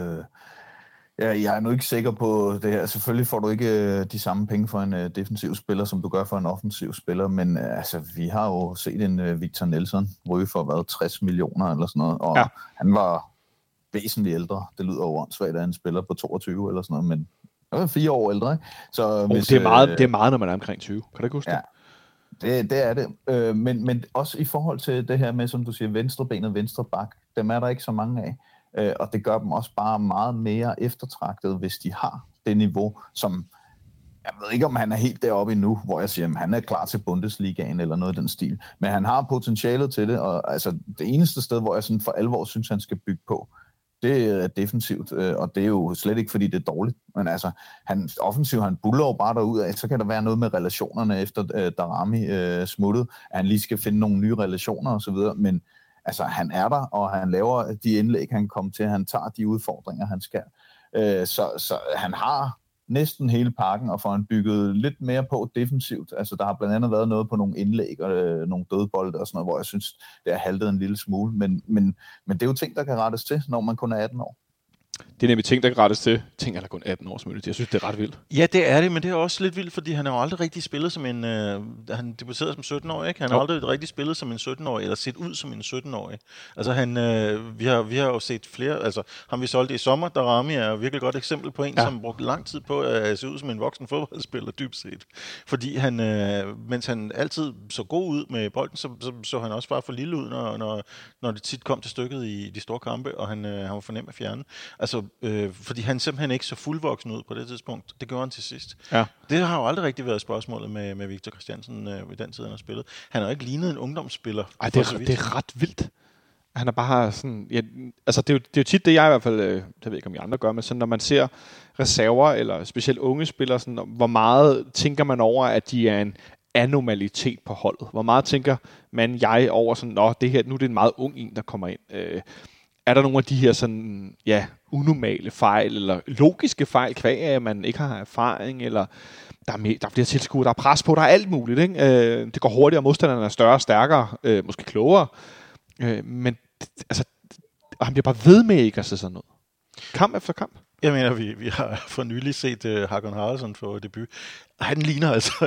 [SPEAKER 4] Jeg er nu ikke sikker på det her. Selvfølgelig får du ikke de samme penge for en defensiv spiller, som du gør for en offensiv spiller, men vi har jo set en Victor Nelson ryge for 60 millioner eller sådan noget, og han var væsentligt ældre. Det lyder jo åndssvagt, at en spiller på 22 eller sådan noget, men han var 4 år ældre, ikke? Så hvis,
[SPEAKER 2] det er meget, når man er omkring 20. Kan du ikke huske det?
[SPEAKER 4] Det er det. Men også i forhold til det her med, som du siger, venstrebenet, venstre bak, dem er der ikke så mange af. Og det gør dem også bare meget mere eftertragtet, hvis de har det niveau, som jeg ved ikke, om han er helt deroppe endnu, hvor jeg siger, at han er klar til Bundesligaen eller noget i den stil. Men han har potentialet til det, og altså det eneste sted, hvor jeg sådan for alvor synes, han skal bygge på, det er defensivt, og det er jo slet ikke, fordi det er dårligt. Men altså, han buller jo bare derudad, så kan der være noget med relationerne efter Darami smuttede, at han lige skal finde nogle nye relationer osv., men altså han er der, og han laver de indlæg, han kommer til, han tager de udfordringer, han skal. Så han har næsten hele pakken, og får han bygget lidt mere på defensivt. Altså der har blandt andet været noget på nogle indlæg og nogle dødbolde og sådan noget, hvor jeg synes, det har haltet en lille smule. Men det er jo ting, der kan rettes til, når man kun er 18 år.
[SPEAKER 2] Det er nemlig ting, der kan rettes til. Ting er der kun 18 år, Mølle. Jeg synes, det er ret vildt.
[SPEAKER 3] Ja, det er det, men det er også lidt vildt, fordi han har jo aldrig rigtig spillet som en... han debuterede som 17-årig, ikke? Han har aldrig rigtig spillet som en 17-årig, eller set ud som en 17-årig. Altså, vi har jo set flere... Altså, ham vi solgte i sommer, Darami er jo virkelig godt eksempel på en, som brugte lang tid på at se ud som en voksen fodboldspiller, dybt set. Fordi han, mens han altid så god ud med bolden, så han også bare for lille ud, når det tit kom til stykket i de store kampe, og han var for nem at fjerne. Altså, fordi han simpelthen ikke så fuldvoksen ud på det tidspunkt. Det gjorde han til sidst. Ja. Det har jo aldrig rigtig været spørgsmålet med Victor Christiansen ved den tid, han har spillet. Han har ikke lignet en ungdomsspiller.
[SPEAKER 2] Ej, det er ret vildt. Han er bare sådan... Ja, altså, det er jo tit det, jeg i hvert fald... det ved jeg ikke, om I andre gør, men sådan, når man ser reserver, eller specielt unge spillere, sådan, hvor meget tænker man over, at de er en anomalitet på holdet? Hvor meget tænker jeg over sådan, det her, nu er det en meget ung en, der kommer ind. Er der nogle af de her sådan, unormale fejl, eller logiske fejl, kvæg af, at man ikke har erfaring, eller der bliver tilskuet, der er pres på, der er alt muligt, ikke? Det går hurtigere, modstanderne er større og stærkere, måske klogere, men altså, han bliver bare ved med ikke at se sådan noget. Kamp efter kamp.
[SPEAKER 3] Jeg mener, vi har for nylig set Hakon Haraldsson få debut. Han ligner altså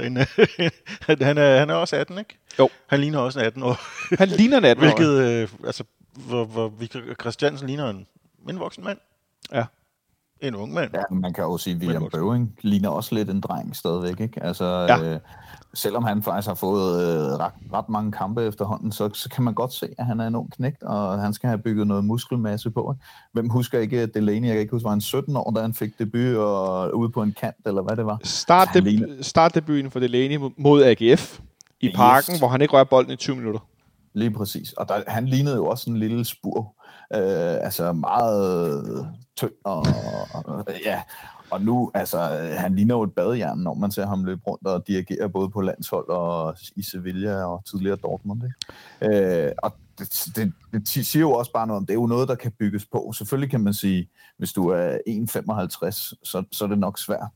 [SPEAKER 3] han er også 18, ikke?
[SPEAKER 2] Jo.
[SPEAKER 3] Han ligner også en 18-år.
[SPEAKER 2] Han ligner en 18-år.
[SPEAKER 3] Hvilket, hvor Victor Christiansen ligner en voksen mand.
[SPEAKER 2] Ja.
[SPEAKER 3] En ung mand.
[SPEAKER 4] Ja, man kan jo sige, at William Bøving ligner også lidt en dreng stadigvæk, ikke? Altså, selvom han faktisk har fået ret mange kampe efterhånden, så kan man godt se, at han er en ung knægt, og han skal have bygget noget muskelmasse på. Hvem husker ikke Delaney? Jeg kan ikke huske, var han 17 år, da han fik debut og ude på en kant, eller hvad det var?
[SPEAKER 2] Startdebuten for Delaney mod AGF i parken, hvor han ikke rører bolden i 20 minutter.
[SPEAKER 4] Lige præcis. Og han lignede jo også en lille spur. Altså meget tynd og nu, altså, han ligner jo et badejern, når man ser ham løbe rundt og dirigere både på landshold og i Sevilla og tidligere Dortmund, ikke? Og det siger jo også bare noget om, det er jo noget, der kan bygges på. Selvfølgelig kan man sige, hvis du er 1,55, så er det nok svært.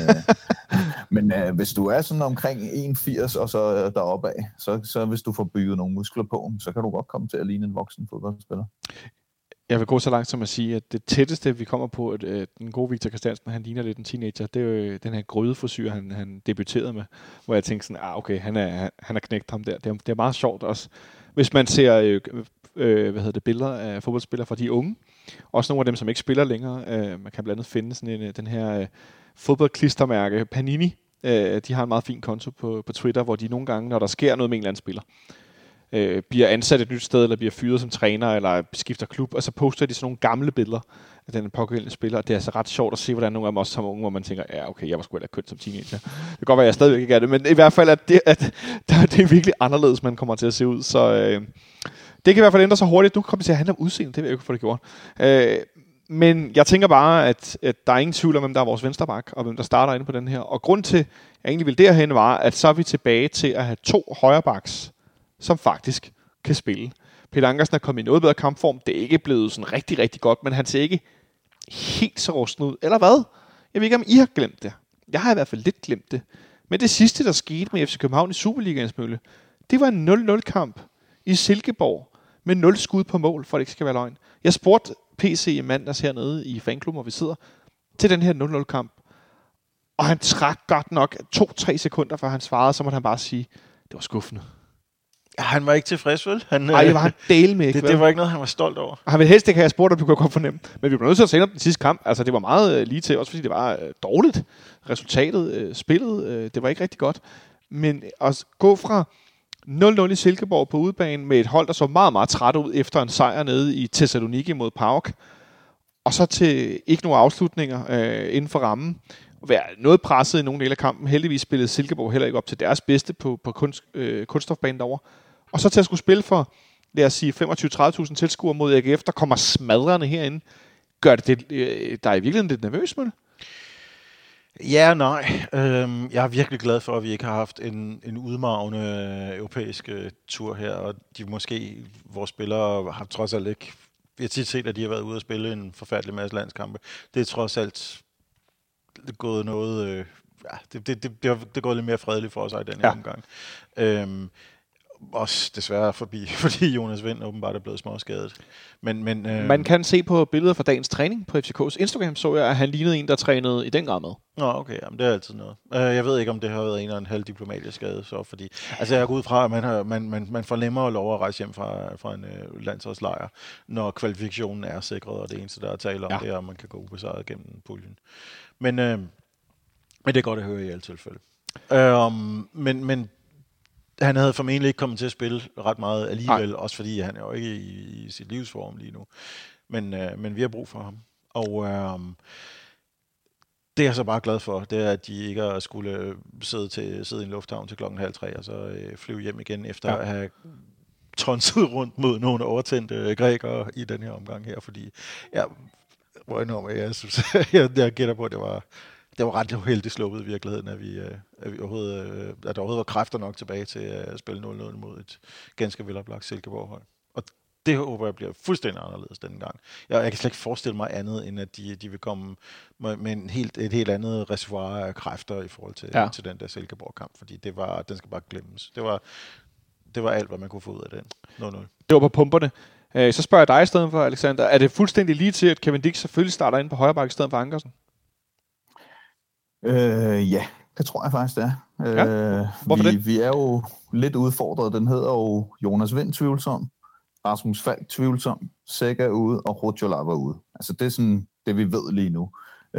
[SPEAKER 4] Men hvis du er sådan omkring 1,80 og så deroppe af, så hvis du får bygget nogle muskler på, så kan du godt komme til at ligne en voksen fodboldspiller.
[SPEAKER 2] Jeg vil gå så langt som at sige, at det tætteste, vi kommer på, at den gode Victor Christiansen, han ligner lidt en teenager, det er jo den her grødefrisyr, han debuterede med, hvor jeg tænkte sådan, okay, han er knægt ham der. Det er meget sjovt også. Hvis man ser billeder af fodboldspillere fra de unge, også nogle af dem, som ikke spiller længere, man kan blandt andet finde sådan den her fodboldklistermærke Panini. De har en meget fin konto på Twitter, hvor de nogle gange, når der sker noget med en eller anden spiller, bliver ansat et nyt sted, eller bliver fyret som træner, eller skifter klub, og så poster de sådan nogle gamle billeder af den pågældende spiller, og det er altså ret sjovt at se, hvordan nogle af dem også som unge, hvor man tænker, ja okay, jeg var sgu da kønt som teenager. Det kan godt være, at jeg stadigvæk ikke er det, men i hvert fald, at det er virkelig anderledes, man kommer til at se ud, så det kan i hvert fald ændre sig hurtigt. Nu kommer det til at handle om udseende, det vil jeg ikke få det gjort. Men jeg tænker bare, at der er ingen tvivl om, hvem der er vores venstreback, og hvem der starter inde på den her. Og grund til, at jeg egentlig vil derhen, var, at så er vi tilbage til at have 2 højrebacks, som faktisk kan spille. Peter Ankersen er kommet i noget bedre kampform. Det er ikke blevet sådan rigtig, rigtig godt, men han ser ikke helt så rusten ud. Eller hvad? Jeg ved ikke, om I har glemt det. Jeg har i hvert fald lidt glemt det. Men det sidste, der skete med FC København i Superligaens Mølle, det var en 0-0-kamp i Silkeborg med 0 skud på mål, for det ikke skal være løgn. Jeg spurgte PC i mandags hernede i fanklubben, hvor vi sidder, til den her 0-0-kamp. Og han trak godt nok 2-3 sekunder, før han svarede, så måtte han bare sige, det var skuffende.
[SPEAKER 3] Ja, han var ikke tilfreds, vel?
[SPEAKER 2] Nej, det var han del med ikke.
[SPEAKER 3] Det var ikke noget, han var stolt over.
[SPEAKER 2] Han ville helst ikke have spurgt, at du kunne godt fornemme. Men vi blev nødt til at se om den sidste kamp. Altså, det var meget lige til, også fordi det var dårligt. Resultatet, spillet, det var ikke rigtig godt. Men at gå fra 0-0 i Silkeborg på udebane med et hold, der så meget, meget træt ud efter en sejr nede i Thessaloniki mod PAOK, og så til ikke nogen afslutninger inden for rammen, være noget presset i nogle dele af kampen. Heldigvis spillede Silkeborg heller ikke op til deres bedste på kunststofbanen derovre. Og så til at skulle spille for, lad os sige, 25-30.000 tilskuere mod AGF, der kommer smadrende herinde. Gør det der er i virkeligheden lidt nervøs, Mølle?
[SPEAKER 3] Ja, nej. Jeg er virkelig glad for, at vi ikke har haft en udmarvende europæisk tur her, og vores spillere har trods alt ikke... Vi har tit set, at de har været ude og spille en forfærdelig masse landskampe. Det er trods alt gået noget... Det er gået lidt mere fredeligt for os i den her omgang. Også desværre fordi Jonas Vind åbenbart er blevet småskadet. Men
[SPEAKER 2] man kan se på billeder fra dagens træning på FCK's Instagram, så jeg, at han lignede en, der trænede i den grad med.
[SPEAKER 3] Nå, okay. Jamen, det er altid noget. Jeg ved ikke, om det har været en eller en halv diplomatisk skade, så fordi... Altså, jeg går ud fra, at man får nemmere lov at rejse hjem fra en landsholdslejr, når kvalifikationen er sikret, og det eneste, der er tale om, det er, at man kan gå ubesejret gennem puljen. Men det er godt at høre i alle tilfælde. Men han havde formentlig ikke kommet til at spille ret meget alligevel, også fordi han er jo ikke i sit livsform lige nu. Men vi har brug for ham. Og det er jeg så bare glad for, det er, at de ikke skulle sidde i en lufthavn til 2:30 og så flyve hjem igen efter at have tonset rundt mod nogle overtændte grækere i den her omgang her, fordi jeg synes, jeg gætter på, at det var ret uheldigt sluppet i virkeligheden, at der overhovedet var kræfter nok tilbage til at spille 0-0 mod et ganske veloplagt Silkeborg-hold. Og det håber jeg bliver fuldstændig anderledes denne gang. Jeg kan slet ikke forestille mig andet, end at de vil komme med et helt andet reservoir af kræfter i forhold til den der Silkeborg-kamp, fordi den skal bare glemmes. Det var alt, hvad man kunne få ud af den. 0-0.
[SPEAKER 2] Det var på pumperne. Så spørger jeg dig i stedet for, Alexander. Er det fuldstændig lige til, at Kevin Dix selvfølgelig starter ind på højre bakke i stedet for Ankersen?
[SPEAKER 4] Ja, det tror jeg faktisk, det er.
[SPEAKER 2] Hvorfor det?
[SPEAKER 4] Vi er jo lidt udfordret. Den hedder jo Jonas Vind tvivlsom, Rasmus Falk tvivlsom, Sæk er ude, og Rudjolab er ude. Altså det er sådan det, vi ved lige nu.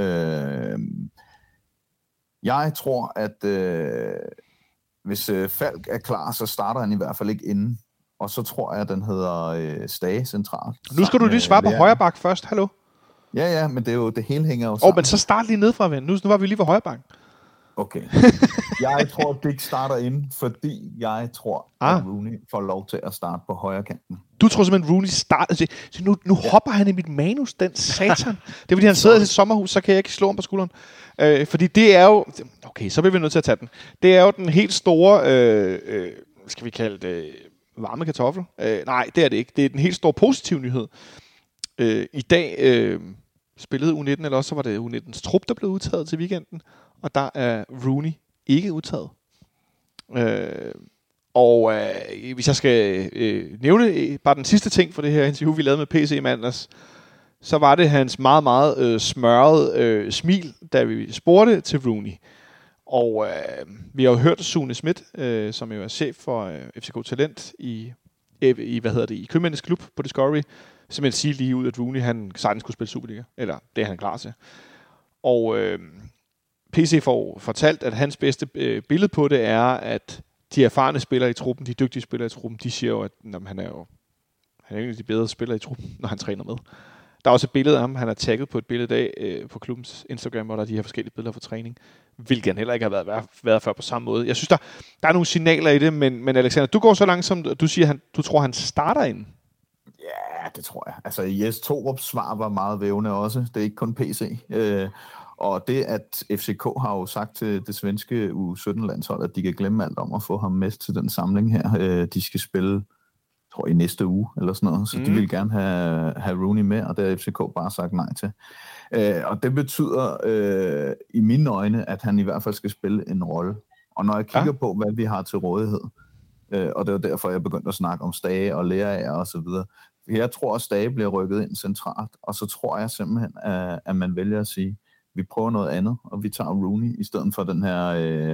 [SPEAKER 4] Jeg tror, at hvis Falk er klar, så starter han i hvert fald ikke inden. Og så tror jeg, at den hedder Stage centralt.
[SPEAKER 2] Nu skal du lige svare på højre bakke først. Hallo?
[SPEAKER 4] Ja, men det hele hænger jo sammen.
[SPEAKER 2] Men så start lige nedefra, ven. Nu var vi lige ved højre bakke.
[SPEAKER 4] Okay. Jeg tror, at Dick starter ind, fordi jeg tror, at Rooney får lov til at starte på højre kanten.
[SPEAKER 2] Du tror simpelthen, Rooney starter... Nu hopper han i mit manus, den satan. Det er, fordi han sidder i sit sommerhus, så kan jeg ikke slå ham på skulderen. Fordi det er jo... Okay, så bliver vi nødt til at tage den. Det er jo den helt store... skal vi kalde det... varme kartoffel? Nej, det er det ikke. Det er den helt store positive nyhed. I dag spillede U19, eller også så var det U19's trup, der blev udtaget til weekenden, og der er Rooney ikke udtaget. Hvis jeg skal nævne bare den sidste ting for det her interview, vi lavede med PC i mandags, så var det hans meget, meget smørrede smil, da vi spurgte til Rooney. Og vi har jo hørt Sune Schmidt, som jo er chef for FCK Talent i Købmændenes Klub på Discovery, simpelthen sige lige ud, at Rooney han sagtens skulle spille Superliga, eller det er han klar til. Og PC får fortalt, at hans bedste billede på det er, at de erfarne spillere i truppen, de dygtige spillere i truppen, de siger jo, at han er en af de bedre spillere i truppen, når han træner med. Der er også et billede af ham, han har tagget på et billede af på klubbens Instagram, hvor der er de her forskellige billeder for træning, hvilket han heller ikke har været før på samme måde. Jeg synes, der er nogle signaler i det, men Alexander, du går så langt, som du siger, du tror, han starter ind.
[SPEAKER 4] Ja, det tror jeg. Altså, Jes Torups svar var meget vævende også. Det er ikke kun PC. Og det, at FCK har jo sagt til det svenske U17-landshold, at de kan glemme alt om at få ham med til den samling her. De skal spille, tror jeg, i næste uge, eller sådan noget. Så de vil gerne have Rooney med, og det har FCK bare sagt nej til. Og det betyder i mine øjne, at han i hvert fald skal spille en rolle. Og når jeg kigger på, hvad vi har til rådighed, og det er derfor, jeg begyndte at snakke om Stage og Lerager og så videre. Jeg tror, at Stage bliver rykket ind centralt, og så tror jeg simpelthen, at man vælger at sige, vi prøver noget andet, og vi tager Rooney i stedet for den her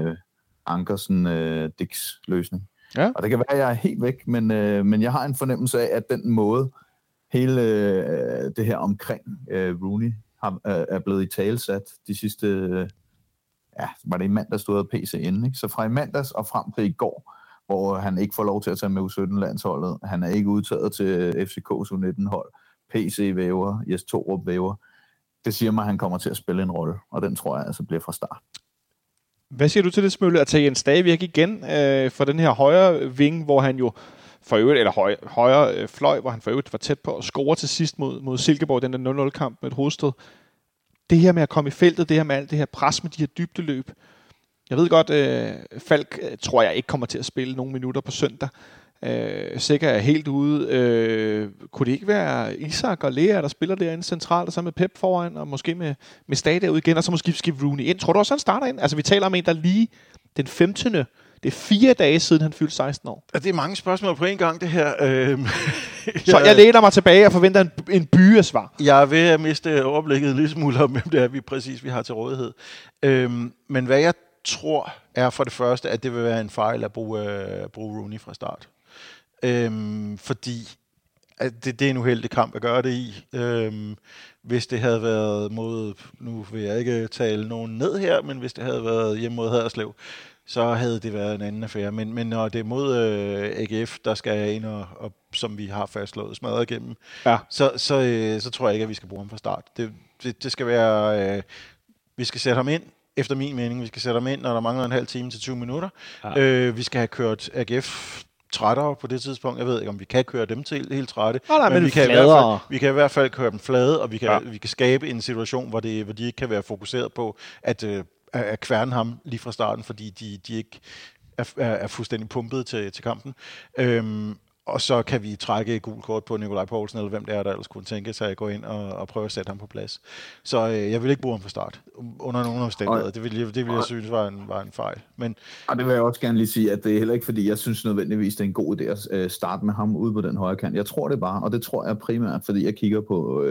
[SPEAKER 4] Ankersen-Dix-løsning.
[SPEAKER 2] Ja.
[SPEAKER 4] Og det kan være, at jeg er helt væk, men jeg har en fornemmelse af, at den måde, hele det her omkring Rooney er blevet i talesat de sidste, var det i mandags, stod PC inden, ikke? Så fra i mandags og frem til i går, hvor han ikke får lov til at tage med U17-landsholdet, han er ikke udtaget til FCK's U19-hold, PC væver, Jes Torup væver. Det siger mig, at han kommer til at spille en rolle, og den tror jeg altså bliver fra start.
[SPEAKER 2] Hvad siger du til det, Smølle, at tage Jens Stage væk igen for den her højre ving, hvor han jo for øvrigt, eller højre fløj, hvor han for øvrigt var tæt på at score til sidst mod Silkeborg, den der 0-0-kamp med et hovedstød. det her med at komme i feltet, det her med alt det her pres med de her dybdeløb. Jeg ved godt, Falk tror jeg ikke kommer til at spille nogle minutter på søndag. Sikker er helt ude. Kunne det ikke være Isak og Lea, der spiller derinde centralt, og så med Pep foran, og måske med Stade derude igen, og så måske skifte Rooney ind? Tror du også, han starter ind? Altså, vi taler om en, der lige den 15. Det er 4 dage siden, han fyldte 16 år.
[SPEAKER 3] Det er mange spørgsmål på en gang, det her.
[SPEAKER 2] Så jeg læner mig tilbage og forventer en by af svar.
[SPEAKER 3] Jeg er ved at miste overblikket en lille smule om, hvem det er, vi har til rådighed. Men hvad jeg tror, er for det første, at det vil være en fejl at bruge Rooney fra start. Fordi at det er en uheldig kamp at gøre det i. Hvis det havde været mod, nu vil jeg ikke tale nogen ned her, men hvis det havde været hjemme mod Haderslev, så havde det været en anden affære. Men når det er mod AGF, der skal ind og som vi har fastslået, smadret igennem, så tror jeg ikke, at vi skal bruge ham fra start. Det skal være, vi skal sætte ham ind, efter min mening, vi skal sætte ham ind, når der mangler en halv time til 20 minutter. Ja. Vi skal have kørt AGF trættere på det tidspunkt. Jeg ved ikke, om vi kan køre dem til helt trætte. Men vi kan i hvert fald køre dem flade, og vi kan skabe en situation, hvor de ikke kan være fokuseret på at kværne ham lige fra starten, fordi de ikke er fuldstændig pumpet til kampen. Og så kan vi trække et gult kort på Nikolaj Poulsen, eller hvem det er, der ellers kunne tænke sig at gå ind og prøve at sætte ham på plads. Så jeg vil ikke bruge ham fra start, under nogen omstændigheder. Det vil jeg synes var en fejl. Men
[SPEAKER 4] det vil jeg også gerne lige sige, at det er heller ikke, fordi jeg synes nødvendigvis, det er en god idé at starte med ham ude på den højre kant. Jeg tror det bare, og det tror jeg primært, fordi jeg kigger på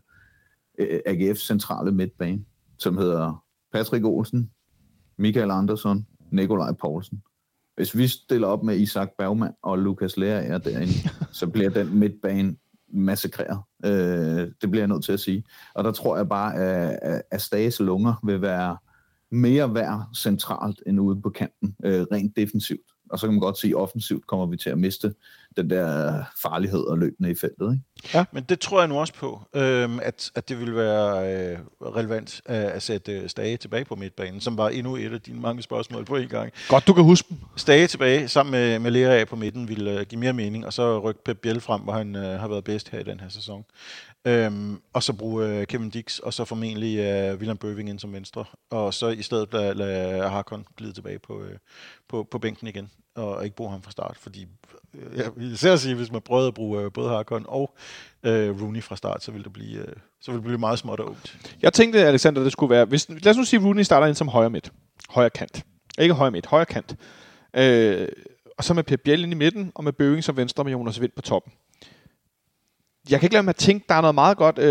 [SPEAKER 4] AGF's centrale midtbane, som hedder Patrick Olsen, Michael Andersson, Nikolaj Poulsen. Hvis vi stiller op med Isak Bergman og Lukas Lea derinde, så bliver den midtbane massakreret. Det bliver jeg nødt til at sige. Og der tror jeg bare, at Stages lunger vil være mere værd centralt end ude på kanten, rent defensivt. Og så kan man godt sige, at offensivt kommer vi til at miste den der farlighed og løbende i feltet. Ikke?
[SPEAKER 3] Ja, men det tror jeg nu også på, at det vil være relevant at sætte Stage tilbage på midtbanen, som var endnu et af dine mange spørgsmål på en gang.
[SPEAKER 2] Godt, du kan huske dem.
[SPEAKER 3] Stage tilbage sammen med Lea på midten ville give mere mening, og så rykke Pep Biel frem, hvor han har været bedst her i den her sæson. Og så bruge Kevin Dix, og så formentlig William Bøving ind som venstre, og så i stedet lade Hakon glide tilbage på bænken igen, og ikke bruge ham fra start, fordi jeg vil især sige, hvis man prøvede at bruge både Hakon og Rooney fra start, så ville det blive meget småt og ungt.
[SPEAKER 2] Jeg tænkte, Alexander, det skulle være, lad os nu sige, at Rooney starter ind som højre kant. Ikke højre midt, højre kant. Og så med Pep Biel ind i midten, og med Bøving som venstre, med Jonas Vind på toppen. Jeg kan ikke lade mig at tænke, der er noget meget godt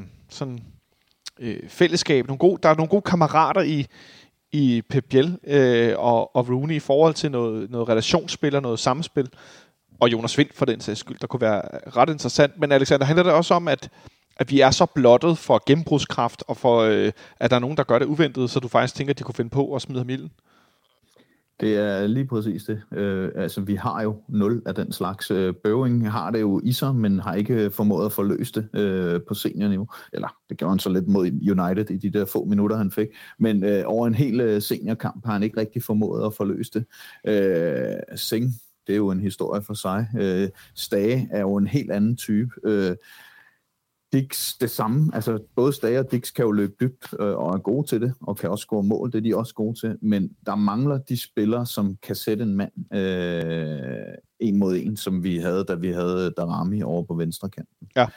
[SPEAKER 2] fællesskab. Der er nogle gode kammerater i Pep Biel og Rooney i forhold til noget relationsspil og noget samspil. Og Jonas Vind for den sags skyld, der kunne være ret interessant. Men Alexander, handler det også om, at vi er så blottet for gennembrudskraft, og for at der er nogen, der gør det uventet, så du faktisk tænker, at de kunne finde på at smide ham i ilden?
[SPEAKER 4] Det er lige præcis det. Altså, vi har jo 0 af den slags. Bøving har det jo i sig, men har ikke formået at forløse det på seniorniveau. Eller, det gjorde han så lidt mod United i de der få minutter, han fik. Men over en hel seniorkamp har han ikke rigtig formået at forløse det. Singh, det er jo en historie for sig. Stage er jo en helt anden type. Dix det samme, altså både Stage og Dix kan jo løbe dybt og er gode til det, og kan også score mål, det er de også gode til, men der mangler de spillere, som kan sætte en mand en mod en, som vi havde, da vi havde Darami over på venstre kanten.
[SPEAKER 2] Ja.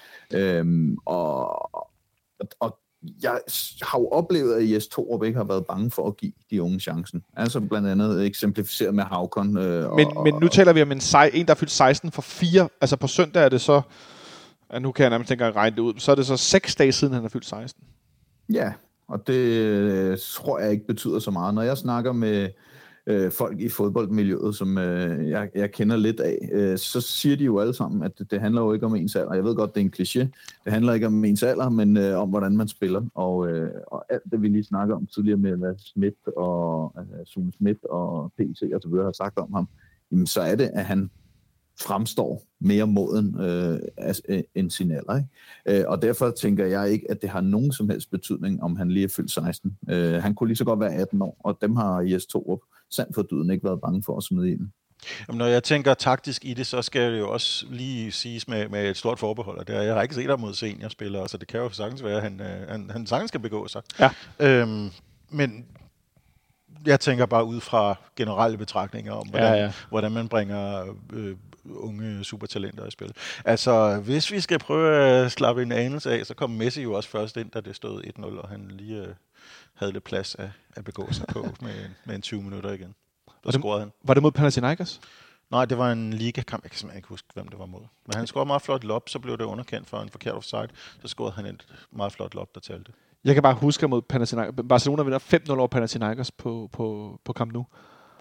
[SPEAKER 4] Og jeg har jo oplevet, at Jes Torup ikke har været bange for at give de unge chancen. Altså blandt andet eksemplificeret med Hakon.
[SPEAKER 2] Men nu taler vi om en der er fyldt 16 for 4, altså på søndag er det så, nu kan jeg nærmest ikke regne det ud, så er det så 6 dage siden, han er fyldt 16.
[SPEAKER 4] Ja, og det tror jeg ikke betyder så meget. Når jeg snakker med folk i fodboldmiljøet, som jeg kender lidt af, så siger de jo alle sammen, at det handler jo ikke om ens alder. Jeg ved godt, det er en kliché. Det handler ikke om ens alder, men om hvordan man spiller. Og alt det, vi lige snakker om tidligere med, hvad Schmidt og Sune Schmidt og PC og så videre har sagt om ham, jamen, så er det, at han fremstår mere moden end sin alder. Ikke? Og derfor tænker jeg ikke, at det har nogen som helst betydning, om han lige er fyldt 16. Han kunne lige så godt være 18 år, og dem har Jes Torup sandt for dyden ikke været bange for at smide ind.
[SPEAKER 3] Jamen, når jeg tænker taktisk i det, så skal det jo også lige siges med et stort forbehold. Og jeg har ikke set ham mod seniorspillere, så det kan jo sagtens være, at han sagtens skal begå sig.
[SPEAKER 2] Ja.
[SPEAKER 3] Men jeg tænker bare ud fra generelle betragtninger om, hvordan man bringer unge supertalenter i spil. Altså, hvis vi skal prøve at slappe en anelse af, så kom Messi jo også først ind, da det stod 1-0, og han lige havde lidt plads at begå sig på med en 20 minutter igen. Der scorede han.
[SPEAKER 2] Var det mod Panathinaikos?
[SPEAKER 3] Nej, det var en ligakamp. Jeg kan simpelthen ikke huske, hvem det var mod. Men han scorede meget flot lob, så blev det underkendt for en forkert offside. Så scorede han et meget flot lob, der talte.
[SPEAKER 2] Jeg kan bare huske mod Panathinaikos. Barcelona vinder 5-0 over Panathinaikos på Camp Nou.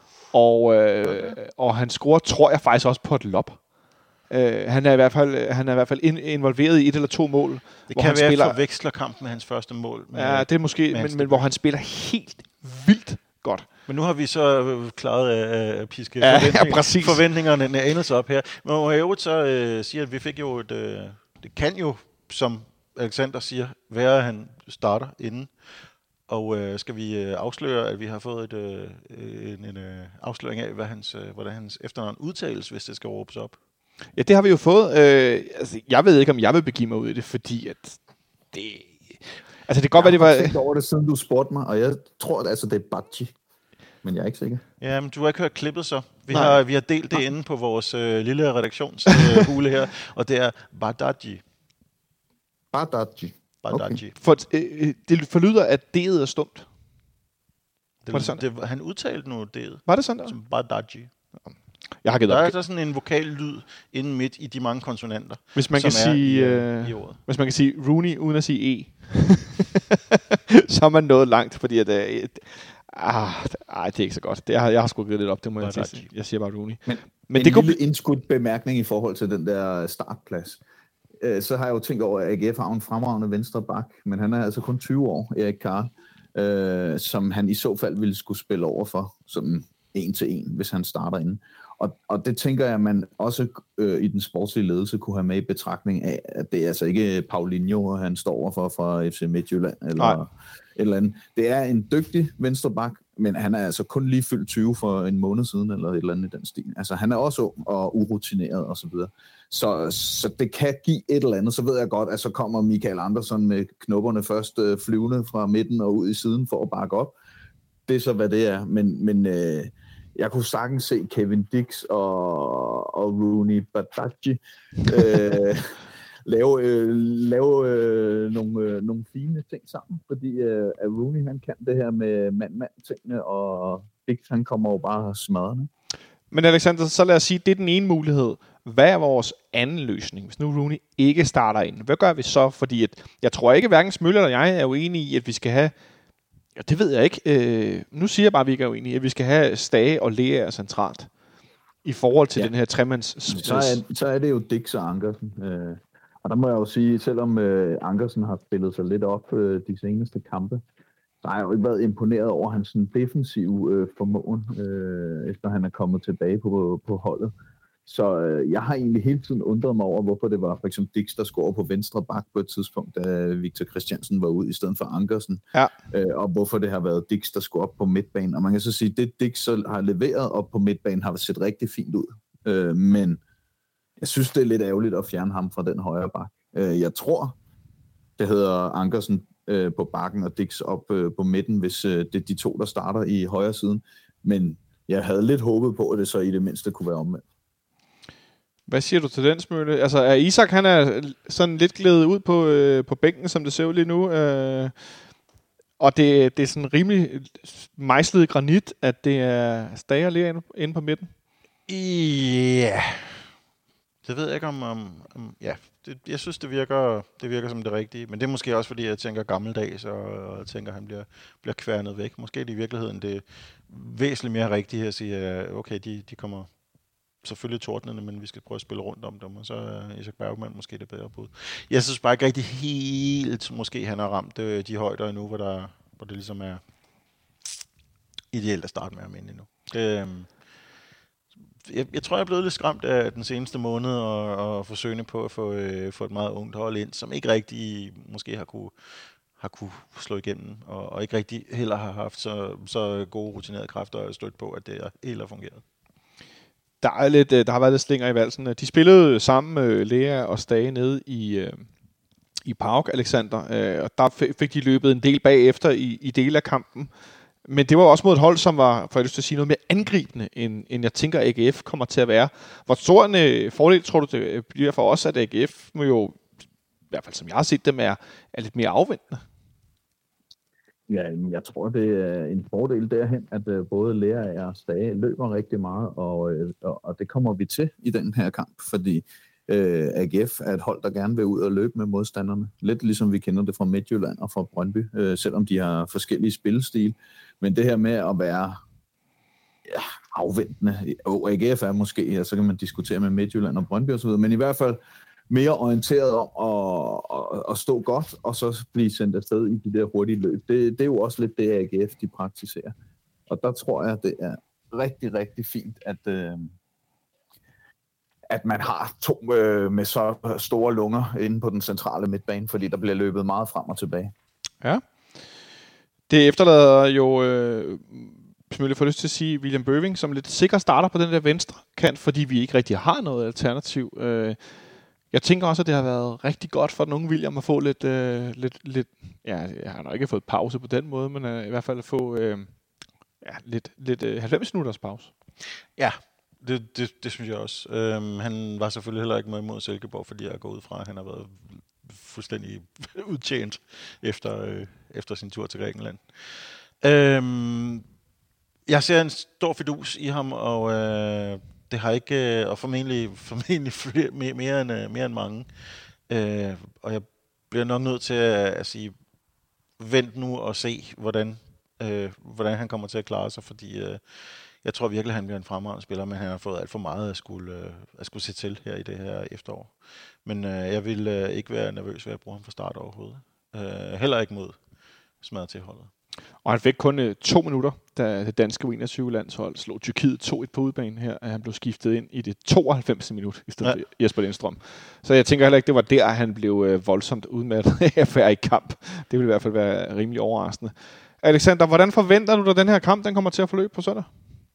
[SPEAKER 2] Og han scorer, tror jeg, faktisk også på et lob. Han er i hvert fald involveret i 1 eller 2 mål.
[SPEAKER 3] Det kan være, at forveksler kampen med hans første mål.
[SPEAKER 2] Ja, det er måske, men hvor han spiller helt vildt godt.
[SPEAKER 3] Men nu har vi så klaret at piske forventningerne en anelse op her. Men må jeg jo så sige, at vi fik jo det kan jo, som Alexander siger, være, at han starter inden. Og skal vi afsløre, at vi har fået en afsløring af, hvordan hans efternavn udtales, hvis det skal råbes op?
[SPEAKER 2] Ja, det har vi jo fået. Jeg ved ikke, om jeg vil begive mig ud i det, fordi at det... Altså, det kan godt være, det var...
[SPEAKER 4] Jeg har tænkt over det, siden du spurgte mig, og jeg tror, at det er Badji. Men jeg er ikke sikker.
[SPEAKER 3] Ja, men du har ikke hørt klippet så. Vi har delt det inde på vores lille redaktionshule her, og det er Badaji.
[SPEAKER 4] Badaji.
[SPEAKER 3] Okay.
[SPEAKER 2] Det forlyder, at D'et er stumt.
[SPEAKER 3] Var det sådan? Han udtalte nu D'et.
[SPEAKER 2] Var det sådan der?
[SPEAKER 3] Som Badaji.
[SPEAKER 2] Jeg har givet op.
[SPEAKER 3] Der er sådan en vokal lyd inde midt i de mange konsonanter.
[SPEAKER 2] Hvis man kan sige
[SPEAKER 3] i ordet.
[SPEAKER 2] Hvis man kan sige Rooney uden at sige E, så er man nået langt, fordi at det er ikke så godt. Jeg har sgu givet lidt op, det må jeg sige. Jeg siger bare Rooney.
[SPEAKER 4] Men det lille indskudt bemærkning i forhold til den der startplads. Så har jeg jo tænkt over, at AGF har en fremragende venstre bak, men han er altså kun 20 år, Erik Karre, som han i så fald ville skulle spille over for, sådan 1-1, hvis han starter inden. Og det tænker jeg, at man også i den sportslige ledelse kunne have med i betragtning af, at det er altså ikke Paulinho, han står overfor fra FC Midtjylland eller et eller andet. Det er en dygtig venstreback, men han er altså kun lige fyldt 20 for en måned siden, eller et eller andet i den stil. Altså han er også ung og urutineret og så videre. Så det kan give et eller andet. Så ved jeg godt, at så kommer Michael Andersen med knopperne først flyvende fra midten og ud i siden for at bakke op. Det er så, hvad det er. Men jeg kunne sagtens se Kevin Dix og Rooney Badaji lave nogle fine ting sammen, fordi at Rooney han kan det her med mand-mand-tingene, og Dix han kommer jo bare smadrende.
[SPEAKER 2] Men Alexander, så lad os sige, det er den ene mulighed. Hvad er vores anden løsning, hvis nu Rooney ikke starter ind? Hvad gør vi så? Fordi jeg tror ikke, hverken Smøller eller jeg er uenige i, at vi skal have... Ja, det ved jeg ikke. Nu siger jeg bare, at vi ikke er uenige, at vi skal have Stage og Lea centralt i forhold til den her tremands...
[SPEAKER 4] Så er det jo Dix og Ankersen. Og der må jeg jo sige, selvom Ankersen har spillet sig lidt op de seneste kampe, så har jeg jo ikke været imponeret over hans defensive formåen, efter han er kommet tilbage på holdet. Så jeg har egentlig hele tiden undret mig over, hvorfor det var for eksempel Dix, der scorede på venstre bak på et tidspunkt, da Victor Christiansen var ude i stedet for Ankersen. Ja. Og hvorfor det har været Dix, der scorede op på midtbanen. Og man kan så sige, at det Dix så har leveret op på midtbanen, har set rigtig fint ud. Men jeg synes, det er lidt ærgerligt at fjerne ham fra den højre bak. Jeg tror, det hedder Ankersen på bakken og Dix op på midten, hvis det er de to, der starter i højre siden. Men jeg havde lidt håbet på, at det så i det mindste kunne være omvendt.
[SPEAKER 2] Hvad siger du til den, Smølle? Altså, er Isak, han er sådan lidt glædet ud på bænken, som det ser ud lige nu. Og det er sådan rimelig mejslet granit, at det er Stage og Lea inde på midten.
[SPEAKER 3] Ja. Det ved jeg ikke om ja. Jeg synes, det virker som det rigtige. Men det er måske også, fordi jeg tænker gammeldags, og jeg tænker, at han bliver kværnet væk. Måske er det i virkeligheden det væsentligt mere rigtige at sige, at okay, de kommer selvfølgelig tordnende, men vi skal prøve at spille rundt om dem, og så er Isak Bergman måske det bedre bud. Jeg synes bare ikke rigtig helt, måske han har ramt de højder endnu, hvor det ligesom er ideelt at starte med ham ind endnu. Jeg tror, jeg er blevet lidt skræmt af den seneste måned og forsøgende på at få et meget ungt hold ind, som ikke rigtig måske har kunne slå igennem, og ikke rigtig heller har haft så gode rutinerede kræfter og stødt på, at det helt har fungeret.
[SPEAKER 2] Der har været lidt slinger i valsen. De spillede sammen, Lea og Stage, nede i Park, Alexander, og der fik de løbet en del bagefter i dele af kampen. Men det var også mod et hold, som var, for jeg lyst til at sige, noget mere angribende, end jeg tænker, AGF kommer til at være. Hvor stor en fordel tror du, det bliver for os, at AGF må jo, i hvert fald som jeg har set dem, er lidt mere afventende?
[SPEAKER 4] Ja, jeg tror, det er en fordel derhen, at både Lea og Stage løber rigtig meget, og det kommer vi til i den her kamp, fordi AGF er et hold, der gerne vil ud og løbe med modstanderne. Lidt ligesom vi kender det fra Midtjylland og fra Brøndby, selvom de har forskellige spillestil. Men det her med at være afventende, AGF er måske, og så kan man diskutere med Midtjylland og Brøndby osv., men i hvert fald mere orienteret om at stå godt, og så blive sendt afsted i de der hurtige løb. Det er jo også lidt det, AGF de praktiserer. Og der tror jeg, det er rigtig, rigtig fint, at man har to med så store lunger inde på den centrale midtbane, fordi der bliver løbet meget frem og tilbage.
[SPEAKER 2] Ja. Det efterlader jo, som jeg får lyst til at sige, William Bøving som lidt sikker starter på den der venstre kant, fordi vi ikke rigtig har noget alternativ. Jeg tænker også, at det har været rigtig godt for den unge William at få lidt ja, jeg har nok ikke fået pause på den måde, men i hvert fald at få lidt 90 minutters pause.
[SPEAKER 3] Ja, det synes jeg også. Han var selvfølgelig heller ikke med imod Silkeborg, fordi jeg går ud fra, at han har været fuldstændig udtjent efter sin tur til Grækenland. Jeg ser en stor fidus i ham, og det har ikke, og formentlig mere end mange. Og jeg bliver nok nødt til at sige, vent nu og se, hvordan han kommer til at klare sig, fordi jeg tror virkelig, han bliver en fremragende spiller, men han har fået alt for meget at skulle se til her i det her efterår. Men jeg vil ikke være nervøs ved at bruge ham fra start overhovedet. Heller ikke mod smadret til holdet.
[SPEAKER 2] Og han fik kun 2 minutter, da det danske U21-landshold slog Tyrkiet 2-1 på udebane her, at han blev skiftet ind i det 92. minut i stedet for Jesper Lindstrøm. Så jeg tænker heller ikke, det var der, han blev voldsomt udmattet af at være i kamp. Det vil i hvert fald være rimelig overraskende. Alexander, hvordan forventer du, at den her kamp den kommer til at forløbe på søndag?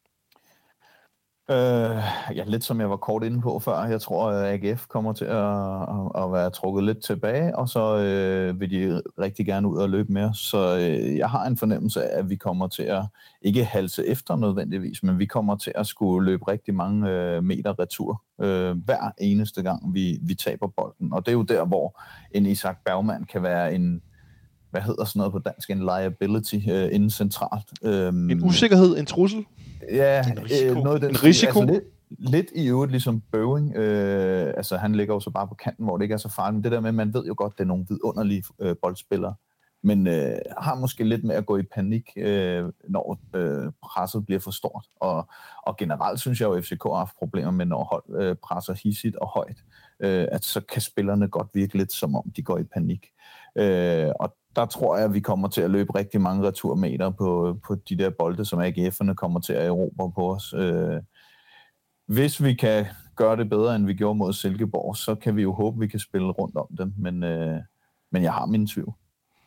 [SPEAKER 4] Ja, lidt som jeg var kort inde på før. Jeg tror, at AGF kommer til at være trukket lidt tilbage, og så vil de rigtig gerne ud og løbe mere. Så jeg har en fornemmelse af, at vi kommer til at ikke halse efter nødvendigvis, men vi kommer til at skulle løbe rigtig mange meter retur hver eneste gang, vi taber bolden. Og det er jo der, hvor en Isak Bergmann kan være en, hvad hedder sådan noget på dansk, en liability inden centralt.
[SPEAKER 2] En usikkerhed, en trussel?
[SPEAKER 4] Ja,
[SPEAKER 2] noget en risiko.
[SPEAKER 4] Altså lidt i øvrigt ligesom Bøving. Altså han ligger jo så bare på kanten, hvor det ikke er så farligt. Men det der med, man ved jo godt, det er nogle vidunderlige boldspillere. Men har måske lidt med at gå i panik, når presset bliver for stort. Og generelt synes jeg jo, at FCK har haft problemer med, når hold presser hissigt og højt. At så kan spillerne godt virke lidt, som om de går i panik. Og der tror jeg, at vi kommer til at løbe rigtig mange returmeter på de der bolde, som AGF'erne kommer til at erobre på os. Hvis vi kan gøre det bedre, end vi gjorde mod Silkeborg, så kan vi jo håbe, at vi kan spille rundt om dem. Men jeg har mine tvivl.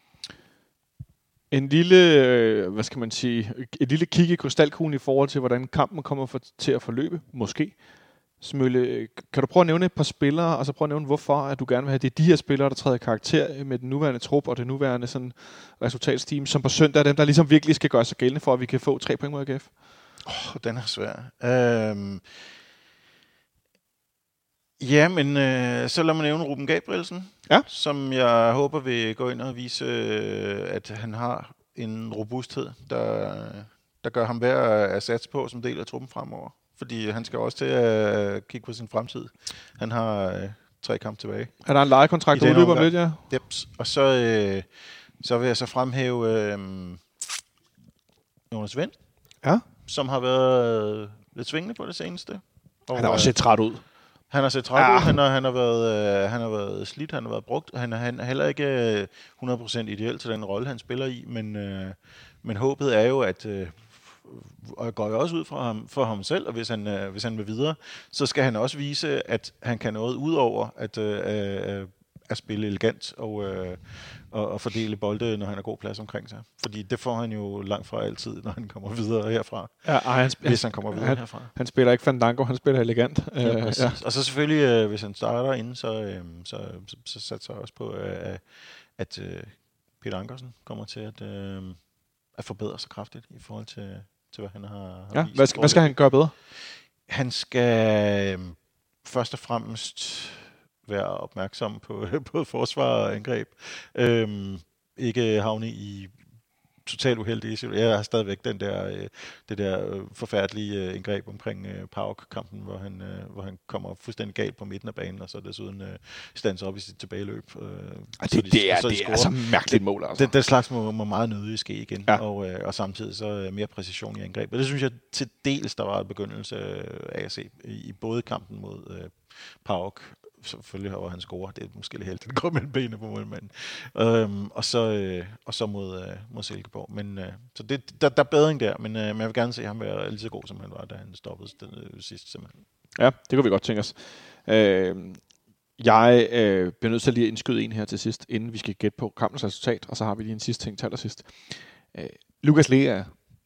[SPEAKER 2] En lille, hvad skal man sige, et lille kig i krystalkuglen i forhold til, hvordan kampen kommer til at forløbe, måske. Smølle, kan du prøve at nævne et par spillere, og så prøve at nævne, hvorfor at du gerne vil have det de her spillere, der træder karakter med den nuværende trup og det nuværende sådan, resultatsteam, som på søndag er dem, der ligesom virkelig skal gøre sig gældende for, at vi kan få 3 point mod AGF?
[SPEAKER 3] Den er svær. Ja, men så lad mig nævne Ruben Gabrielsen, som jeg håber vil gå ind og vise, at han har en robusthed, der gør ham værd at satse på som del af truppen fremover. Fordi han skal også til at kigge på sin fremtid. Han har 3 kampe tilbage.
[SPEAKER 2] Er der en lejekontrakt, der udløber om lidt, ja?
[SPEAKER 3] Jeps. Og så vil jeg så fremhæve Jonas Vind, som har været lidt svingende på det seneste. Og
[SPEAKER 2] han har også set træt ud.
[SPEAKER 3] Han har set træt ud. Han har været slidt, han har været brugt. Han er heller ikke 100% ideel til den rolle, han spiller i. Men håbet er jo, at og jeg går jo også ud for ham selv, og hvis han vil videre, så skal han også vise, at han kan noget ud over at spille elegant og fordele bolde, når han har god plads omkring sig. Fordi det får han jo langt fra altid, når han kommer videre herfra.
[SPEAKER 2] Ja,
[SPEAKER 3] hvis han kommer videre herfra.
[SPEAKER 2] Han spiller ikke Fandango, han spiller elegant.
[SPEAKER 3] Ja. Og så selvfølgelig, hvis han starter inden, så satser jeg også på, at Peter Ankersen kommer til at forbedre sig kraftigt i forhold til hvad han har vist.
[SPEAKER 2] Hvad skal han gøre bedre?
[SPEAKER 3] Han skal først og fremmest være opmærksom på både forsvar og angreb. Ikke havne i totalt uheldige situationer. Jeg har stadigvæk det der forfærdelige indgreb omkring PAOK-kampen, hvor han kommer fuldstændig galt på midten af banen, og så desuden stands op i sit tilbageløb.
[SPEAKER 2] Det er så mærkeligt mål. Altså.
[SPEAKER 3] Den slags må meget nødigt ske igen, ja. Og samtidig så mere præcision i angreb. Og det synes jeg til dels, der var en begyndelse af at se i både kampen mod PAOK, selvfølgelig hvor han scorer, det er måske lidt heldigt, at det går mellem benene på målmanden. Og så mod Silkeborg. Men så der er bedring der, men jeg vil gerne se ham være lige så god, som han var, da han stoppede sidst simpelthen.
[SPEAKER 2] Ja, det kunne vi godt tænke os. Jeg bliver nødt til lige at indskyde en her til sidst, inden vi skal gætte på kampens resultat, og så har vi lige en sidste ting til allersidst. Lukas Lea.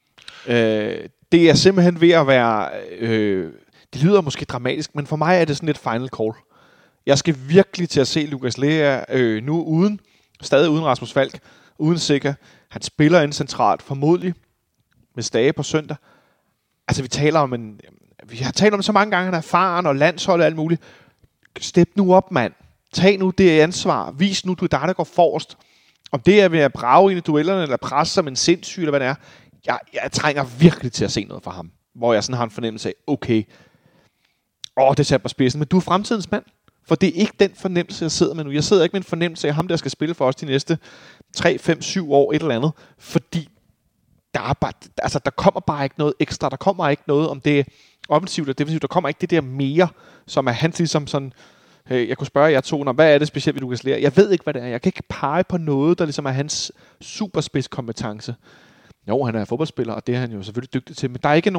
[SPEAKER 2] Det er simpelthen ved at være... det lyder måske dramatisk, men for mig er det sådan lidt final call. Jeg skal virkelig til at se Lukas Lea nu stadig uden Rasmus Falk, uden Sikker. Han spiller ind centralt, formodentlig med Stage på søndag. Altså vi har talt om så mange gange, han er erfaren og landshold og alt muligt. Step nu op, mand. Tag nu det ansvar. Vis nu, du er der går forrest. Om det er ved at brage ind i duellerne, eller presse som en sindssyg, eller hvad det er. Jeg trænger virkelig til at se noget fra ham. Hvor jeg sådan har en fornemmelse af, okay, det satte på spidsen, men du er fremtidens mand. For det er ikke den fornemmelse, jeg sidder med nu. Jeg sidder ikke med en fornemmelse af ham, der skal spille for os de næste 3, 5, 7 år, et eller andet. Fordi der kommer bare ikke noget ekstra. Der kommer ikke noget om det offensivt og defensivt. Der kommer ikke det der mere, som er hans ligesom sådan... Jeg kunne spørge jer to, hvad er det specielt, du kan lære? Jeg ved ikke, hvad det er. Jeg kan ikke pege på noget, der ligesom er hans superspidskompetence. Jo, han er fodboldspiller, og det er han jo selvfølgelig dygtig til. Men der er ikke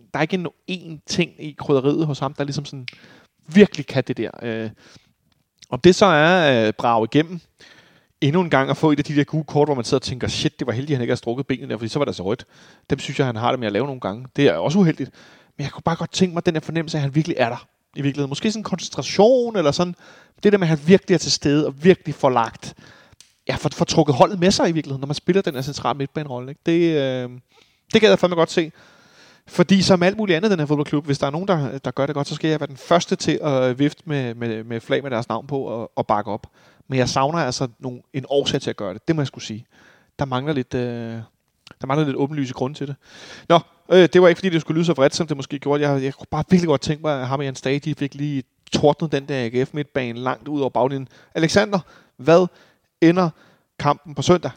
[SPEAKER 2] én ting i krydderiet hos ham, der ligesom sådan virkelig kan det der. Om det så er brage igennem endnu en gang at få et af de der gule kort, hvor man sidder og tænker, shit, det var heldigt, at han ikke har strukket benene der, fordi så var der så rødt. Dem synes jeg, han har det med at lave nogle gange. Det er også uheldigt. Men jeg kunne bare godt tænke mig den der fornemmelse, at han virkelig er der i virkeligheden. Måske sådan en koncentration eller sådan. Det der med, at han virkelig er til stede og virkelig får lagt, får trukket holdet med sig i virkeligheden, når man spiller den her centrale midtbanerolle. Det gad jeg fandme godt se. Fordi som alt muligt andet den her fodboldklub, hvis der er nogen, der gør det godt, så skal jeg være den første til at vifte med flag med deres navn på og bakke op. Men jeg savner altså en årsag til at gøre det. Det må jeg skulle sige. Der mangler lidt åbenlyse grund til det. Nå, det var ikke fordi, det skulle lyde så vredt, som det måske gjorde. Jeg kunne bare virkelig godt tænke mig, at ham og Jan Stage, de fik lige tordnet den der AGF midtbane langt ud over baglinjen. Alexander, hvad ender kampen på søndag?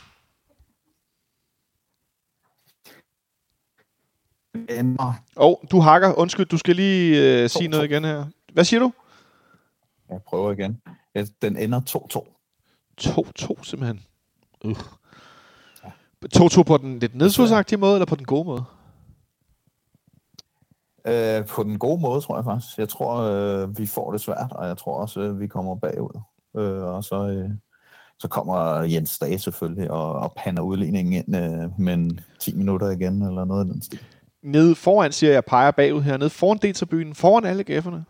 [SPEAKER 2] Du hakker. Undskyld, du skal lige sige noget igen her. Hvad siger du?
[SPEAKER 4] Jeg prøver igen. Den ender 2-2.
[SPEAKER 2] 2-2 simpelthen. 2-2 på den lidt nedsudsagtige måde, eller på den gode måde?
[SPEAKER 4] På den gode måde, tror jeg faktisk. Jeg tror, vi får det svært, og jeg tror også, vi kommer bagud. Og så kommer Jens Stage selvfølgelig og pander udligningen ind med 10 minutter igen, eller noget af den stil.
[SPEAKER 2] Nede foran, siger jeg, peger bagud her. Nede foran deltatribunen, foran alle gæfferne.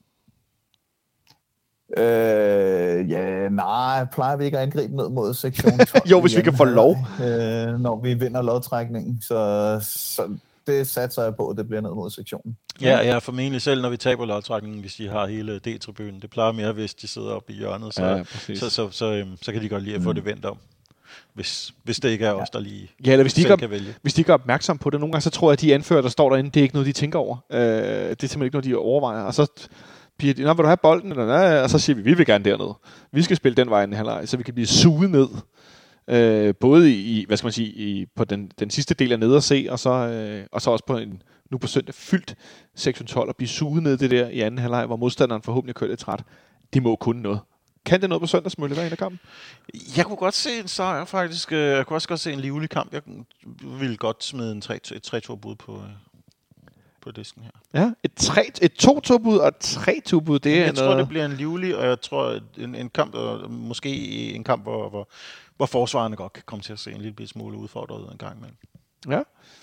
[SPEAKER 4] Plejer vi ikke at angribe ned mod sektion 12?
[SPEAKER 2] Jo, hvis vi kan få lov.
[SPEAKER 4] Når vi vinder lodtrækningen, så det satser jeg på, at det bliver ned mod sektionen.
[SPEAKER 3] Ja, jeg er formentlig selv, når vi taber lodtrækningen, hvis de har hele D-tribunen. Det plejer mere, hvis de sidder oppe i hjørnet, så kan de godt lide at få det vendt om. Hvis det ikke er os, der lige kan vælge. Hvis
[SPEAKER 2] de ikke er opmærksom på det. Nogle gange, så tror jeg, at de anfører, der står derinde, det er ikke noget, de tænker over. Det er simpelthen ikke noget, de overvejer. Og så bliver de, vil du have bolden? Eller, og så siger vi vil gerne derned. Vi skal spille den vej i halvleg, så vi kan blive suget ned. Både i hvad skal man sige, på den sidste del af nede at se, og så også på nu på søndag fyldt sektion 12 og blive suget ned det der i anden halvleg, hvor modstanderen forhåbentlig kører lidt træt. De må kunne noget. Kan det noget på søndag, Smølle, være en af kampen?
[SPEAKER 3] Jeg kunne godt se en sejr, faktisk. Jeg kunne også godt se en livlig kamp. Jeg ville godt smide et 3-2-bud på på disken her.
[SPEAKER 2] Ja, et 2-2-bud og et 3-2-bud, det er
[SPEAKER 3] Jeg
[SPEAKER 2] noget...
[SPEAKER 3] tror, det bliver en livlig, og jeg tror, en kamp, måske en kamp, hvor forsvarerne godt kan komme til at se en lille smule udfordret ud en gang imellem.
[SPEAKER 2] Ja.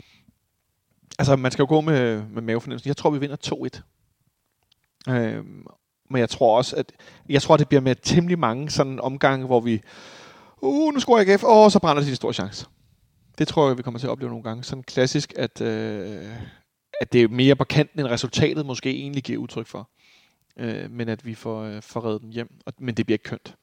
[SPEAKER 2] Altså, man skal jo gå med mavefornemmelsen. Jeg tror, vi vinder 2-1. Men jeg tror også, det bliver med temmelig mange sådan omgange, hvor vi... nu scorer AGF, så brænder de en stor chance. Det tror jeg, vi kommer til at opleve nogle gange. Sådan klassisk, at det er mere på kanten, end resultatet måske egentlig giver udtryk for. Men at vi får reddet dem hjem. Men det bliver ikke kønt.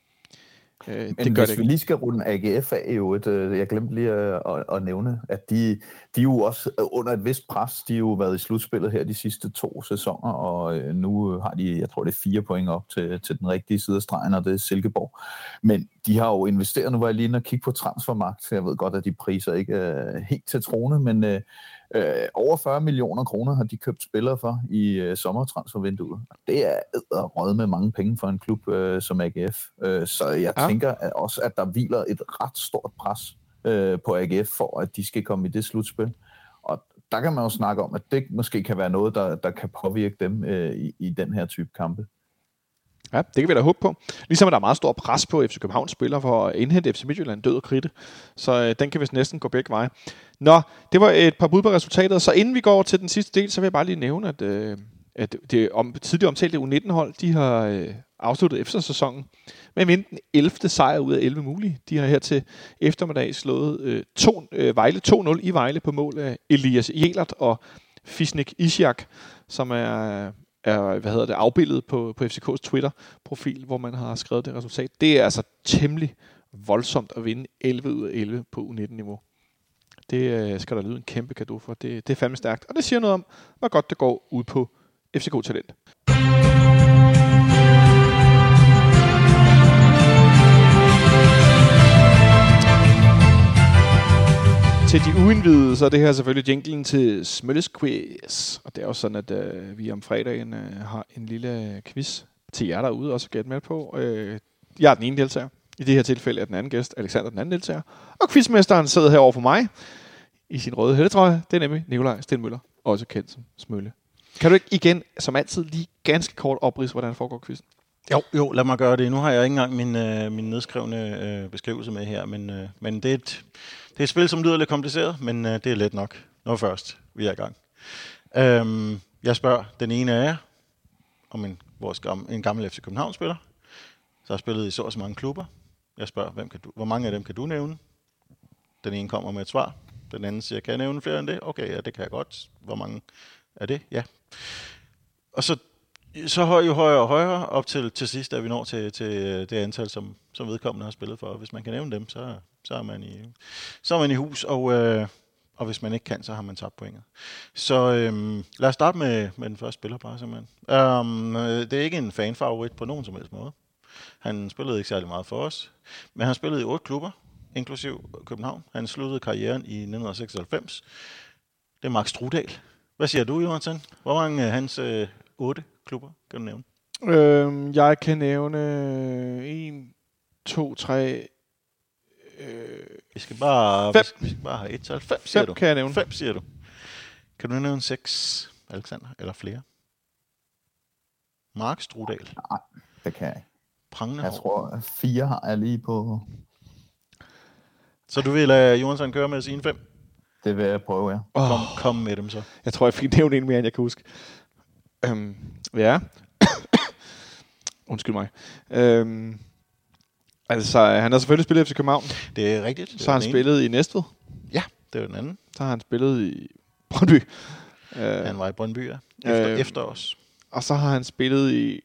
[SPEAKER 4] Men hvis vi lige skal runde AGF af, jeg glemte lige at nævne, at de er jo også under et vist pres. De har jo været i slutspillet her de sidste 2 sæsoner, og nu har de, jeg tror det er 4 point op til den rigtige side af stregen, og det er Silkeborg. Men de har jo investeret, nu var jeg lige inde og kigge på transfermarkt, så jeg ved godt, at de priser ikke er helt til trone, men over 40 millioner kroner har de købt spillere for i sommertransfervinduet. Det er røget med mange penge for en klub som AGF. Så jeg tænker også, at der hviler et ret stort pres på AGF for, at de skal komme i det slutspil. Og der kan man jo snakke om, at det måske kan være noget, der kan påvirke dem i den her type kampe.
[SPEAKER 2] Ja, det kan vi da håbe på. Ligesom at der er meget stor pres på FC Københavns spillere for at indhente FC Midtjylland død og kridte. Så den kan vi næsten gå begge veje. Nå, det var et par bud på resultatet. Så inden vi går til den sidste del, så vil jeg bare lige nævne, at det tidligere omtalte U19-hold, de har afsluttet eftersæsonen med at vinde den 11. sejr ud af 11 mulige. De har her til eftermiddag slået Vejle 2-0 i Vejle på mål af Elias Jelert og Fisnik Isiak, som er afbildet på FCK's Twitter-profil, hvor man har skrevet det resultat. Det er altså temmelig voldsomt at vinde 11 ud af 11 på U19-niveau. Det skal der lyde en kæmpe cadeau for. Det er fandme stærkt, og det siger noget om, hvor godt det går ud på FCK Talent. Til de uindvidede, så er det her selvfølgelig jinglen til Smølles Quiz. Og det er jo sådan, at vi om fredagen har en lille quiz til jer derude også at gætte med på. Jeg er den ene deltager. I det her tilfælde er den anden gæst, Alexander, den anden deltager. Og quizmesteren sidder herovre for mig i sin røde hættetrøje. Det er nemlig Nikolaj Stenmøller, også kendt som Smølle. Kan du ikke igen, som altid, lige ganske kort opridse, hvordan foregår quizzen?
[SPEAKER 3] Jo, lad mig gøre det. Nu har jeg ikke engang min nedskrevne beskrivelse med her, men det er et spil, som lyder lidt kompliceret, men det er let nok. Nå først, vi er i gang. Jeg spørger den ene af jer, om en gammel FC København-spiller, så har spillet i så og så mange klubber. Jeg spørger, hvor mange af dem kan du nævne? Den ene kommer med et svar. Den anden siger, kan jeg nævne flere end det? Okay, ja, det kan jeg godt. Hvor mange er det? Ja. Og så jo højere og højere, op til sidst, da vi når til det antal, som vedkommende har spillet for. Hvis man kan nævne dem, så er man i hus, og hvis man ikke kan, så har man tabt pointet. Så lad os starte med den første spiller bare simpelthen. Det er ikke en fanfavorit på nogen som helst måde. Han spillede ikke særlig meget for os, men han spillede i 8 klubber, inklusiv København. Han sluttede karrieren i 1996. Det er Mark Strudal. Hvad siger du, Jonathan? Hvor mange af hans 8 klubber kan du nævne?
[SPEAKER 2] Jeg kan nævne 1, 2, 3...
[SPEAKER 3] Vi skal bare have 1 tal. 5 siger du.
[SPEAKER 2] Kan jeg nævne.
[SPEAKER 3] 5 siger du. Kan du nævne 6, Alexander, eller flere? Mark Strudal.
[SPEAKER 4] Nej, det kan jeg ikke.
[SPEAKER 3] Prangende
[SPEAKER 4] jeg tror, 4 har jeg lige på...
[SPEAKER 3] Så du vil lade Jonathan køre med sine 5?
[SPEAKER 4] Det vil jeg prøve, ja.
[SPEAKER 3] Kom med dem så.
[SPEAKER 2] Jeg tror, jeg fik nævnt en mere, end jeg kan huske. Ja. Undskyld mig. Altså, han har selvfølgelig spillet i FC København.
[SPEAKER 3] Det er rigtigt.
[SPEAKER 2] Så har han spillet i Næstved.
[SPEAKER 3] Ja, det var den anden.
[SPEAKER 2] Så har han spillet i Brøndby.
[SPEAKER 3] Han var i Brøndby, ja. Efter os.
[SPEAKER 2] Og så har han spillet i...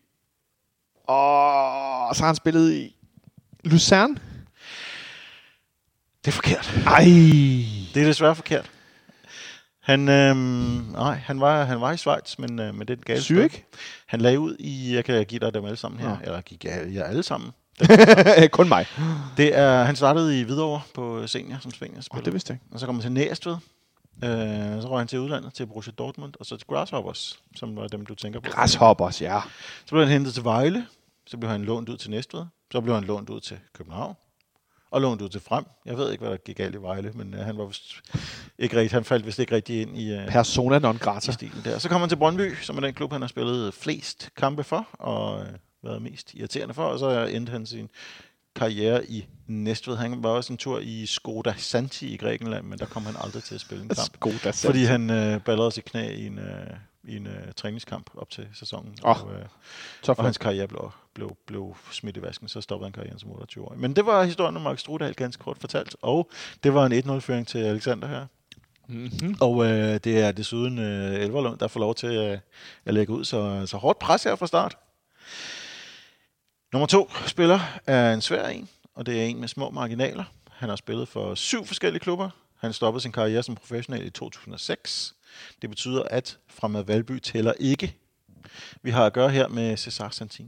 [SPEAKER 2] så har han spillet i Lucerne.
[SPEAKER 3] Det er forkert.
[SPEAKER 2] Ej.
[SPEAKER 3] Det er desværre forkert. Han var i Schweiz, men det er den gale.
[SPEAKER 2] Zürich?
[SPEAKER 3] Han lagde ud i... Jeg kan give dig dem alle sammen her. Eller gik jeg alle sammen.
[SPEAKER 2] Kun mig.
[SPEAKER 3] Han startede i Hvidovre på senior som seniorspiller.
[SPEAKER 2] Det vidste jeg ikke.
[SPEAKER 3] Og så kom han til Næstved. Så røg han til udlandet, til Borussia Dortmund, og så til Grasshoppers, som var dem, du tænker på.
[SPEAKER 2] Grasshoppers, ja.
[SPEAKER 3] Så blev han hentet til Vejle. Så blev han lånt ud til Næstved. Så blev han lånt ud til København. og lånte ud til Frem. Jeg ved ikke, hvad der gik galt i Vejle, men han var vist ikke rigtig, han faldt vist ikke rigtig ind i
[SPEAKER 2] Persona non grata.
[SPEAKER 3] i stilen der. Så kom han til Brøndby, som er den klub, han har spillet flest kampe for, og været mest irriterende for, og så endte han sin karriere i Næstved. Han var også en tur i Skoda Santi i Grækenland, men der kom han aldrig til at spille en kamp.
[SPEAKER 2] Skoda Santi.
[SPEAKER 3] Fordi han ballerede sit knæ i en træningskamp op til sæsonen. Og hans karriere blev smidt i vasken, så stoppede han karrieren som 28-årig. Men det var historien om Mark Strudal ganske kort fortalt, og det var en 1-0-føring til Alexander her. Mm-hmm. Og det er desuden Elverlund, der får lov til at lægge ud, så hårdt pres her fra start. Nummer 2 spiller er en svær en, og det er en med små marginaler. Han har spillet for 7 forskellige klubber. Han stoppede sin karriere som professionel i 2006. Det betyder, at Fremad Valby tæller ikke. Vi har at gøre her med Cesar Santin.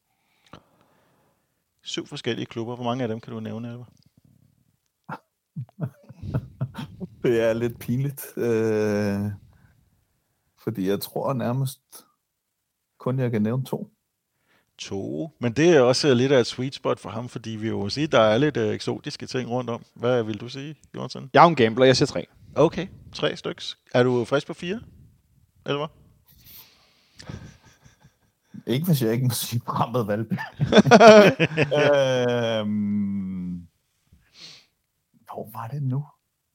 [SPEAKER 3] 7 forskellige klubber. Hvor mange af dem kan du nævne, Elver?
[SPEAKER 4] Det er lidt pinligt. Fordi jeg tror nærmest kun jeg kan nævne 2.
[SPEAKER 3] 2. Men det er også lidt af et sweet spot for ham, fordi vi jo sige, der er lidt eksotiske ting rundt om. Hvad vil du sige, Jørgensen?
[SPEAKER 2] Jeg er en gambler, jeg siger 3.
[SPEAKER 3] Okay, 3 styks. Er du frisk på 4? Eller hvad?
[SPEAKER 4] Ikke hvis jeg ikke må sige Fremad Valby. Hvor var det nu?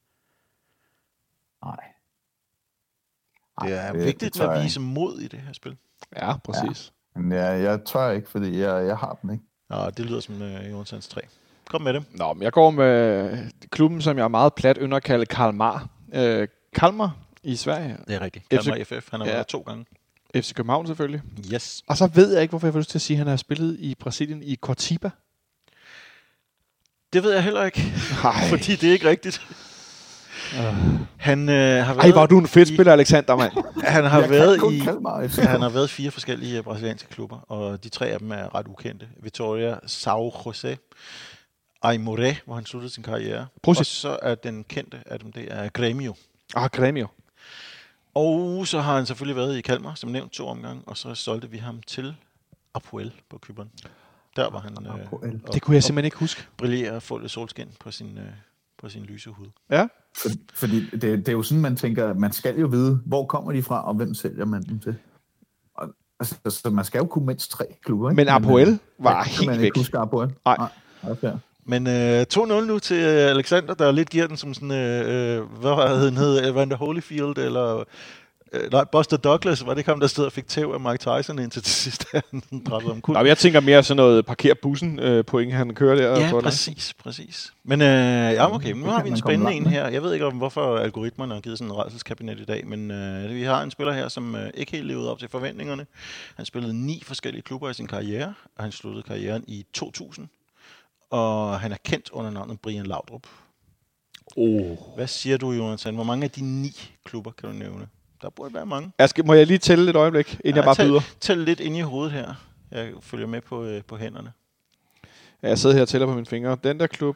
[SPEAKER 4] Nej.
[SPEAKER 3] Det er vigtigt at vise mod i det her spil.
[SPEAKER 2] Ja, præcis.
[SPEAKER 4] Ja. Men jeg tør ikke, fordi jeg har den ikke.
[SPEAKER 3] Nå, det lyder som Jonsens 3. Kom med dem.
[SPEAKER 2] Nå, men jeg går med klubben, som jeg er meget plat underkaldet Kalmar. Kalmar i Sverige.
[SPEAKER 3] Det er rigtigt. Kalmar FF. Han har været 2 gange.
[SPEAKER 2] FC København selvfølgelig.
[SPEAKER 3] Yes.
[SPEAKER 2] Og så ved jeg ikke, hvorfor jeg får lyst til at sige, at han har spillet i Brasilien i Coritiba.
[SPEAKER 3] Det ved jeg heller ikke.
[SPEAKER 2] Nej.
[SPEAKER 3] Fordi det er ikke rigtigt. Han har været...
[SPEAKER 2] Ej, hvor er du en fedt spiller, Alexander, mand.
[SPEAKER 3] Han har været 4 forskellige brasilianske klubber, og de 3 af dem er ret ukendte. Vitória, São José, Aimoré, hvor han sluttede sin karriere. Og så er den kendte af dem, det er Grêmio.
[SPEAKER 2] Grêmio.
[SPEAKER 3] Og så har han selvfølgelig været i Kalmar, som nævnt 2 omgange, og så solgte vi ham til Apoel på Cypern. Der var han...
[SPEAKER 2] det kunne jeg simpelthen ikke huske.
[SPEAKER 3] Brillerer og få lidt solskin på sin lyse hud.
[SPEAKER 2] Ja.
[SPEAKER 4] Fordi det er jo sådan, man tænker, man skal jo vide, hvor kommer de fra, og hvem sælger man dem til. Og, altså, man skal jo kunne mindst 3 klubber, ikke?
[SPEAKER 2] Men Apoel var helt
[SPEAKER 4] man
[SPEAKER 2] væk.
[SPEAKER 4] ikke huske Apoel?
[SPEAKER 2] Nej.
[SPEAKER 4] Okay.
[SPEAKER 3] Men 2-0 nu til Alexander, der lidt giver den som sådan, hvad hed Evander Holyfield, eller... nej, Buster Douglas, var det ikke ham, der stod og fik tæv af Mike Tyson indtil til sidst, han dræbte om kul.
[SPEAKER 2] Jeg tænker mere sådan noget parker bussen point, han kører der.
[SPEAKER 3] Ja, præcis. Men okay, nu har vi en spændende en her. Jeg ved ikke, hvorfor algoritmerne har givet sådan en rædselskabinet i dag, men vi har en spiller her, som ikke helt levede op til forventningerne. Han spillede 9 forskellige klubber i sin karriere, og han sluttede karrieren i 2000. Og han er kendt under navnet Brian Laudrup. Hvad siger du, Jonathan? Hvor mange af de 9 klubber kan du nævne? Der burde være mange.
[SPEAKER 2] Må jeg lige tælle et øjeblik, inden jeg bare byder?
[SPEAKER 3] Tæl lidt ind i hovedet her. Jeg følger med på hænderne.
[SPEAKER 2] Ja, jeg sidder her og tæller på mine fingre. Den der klub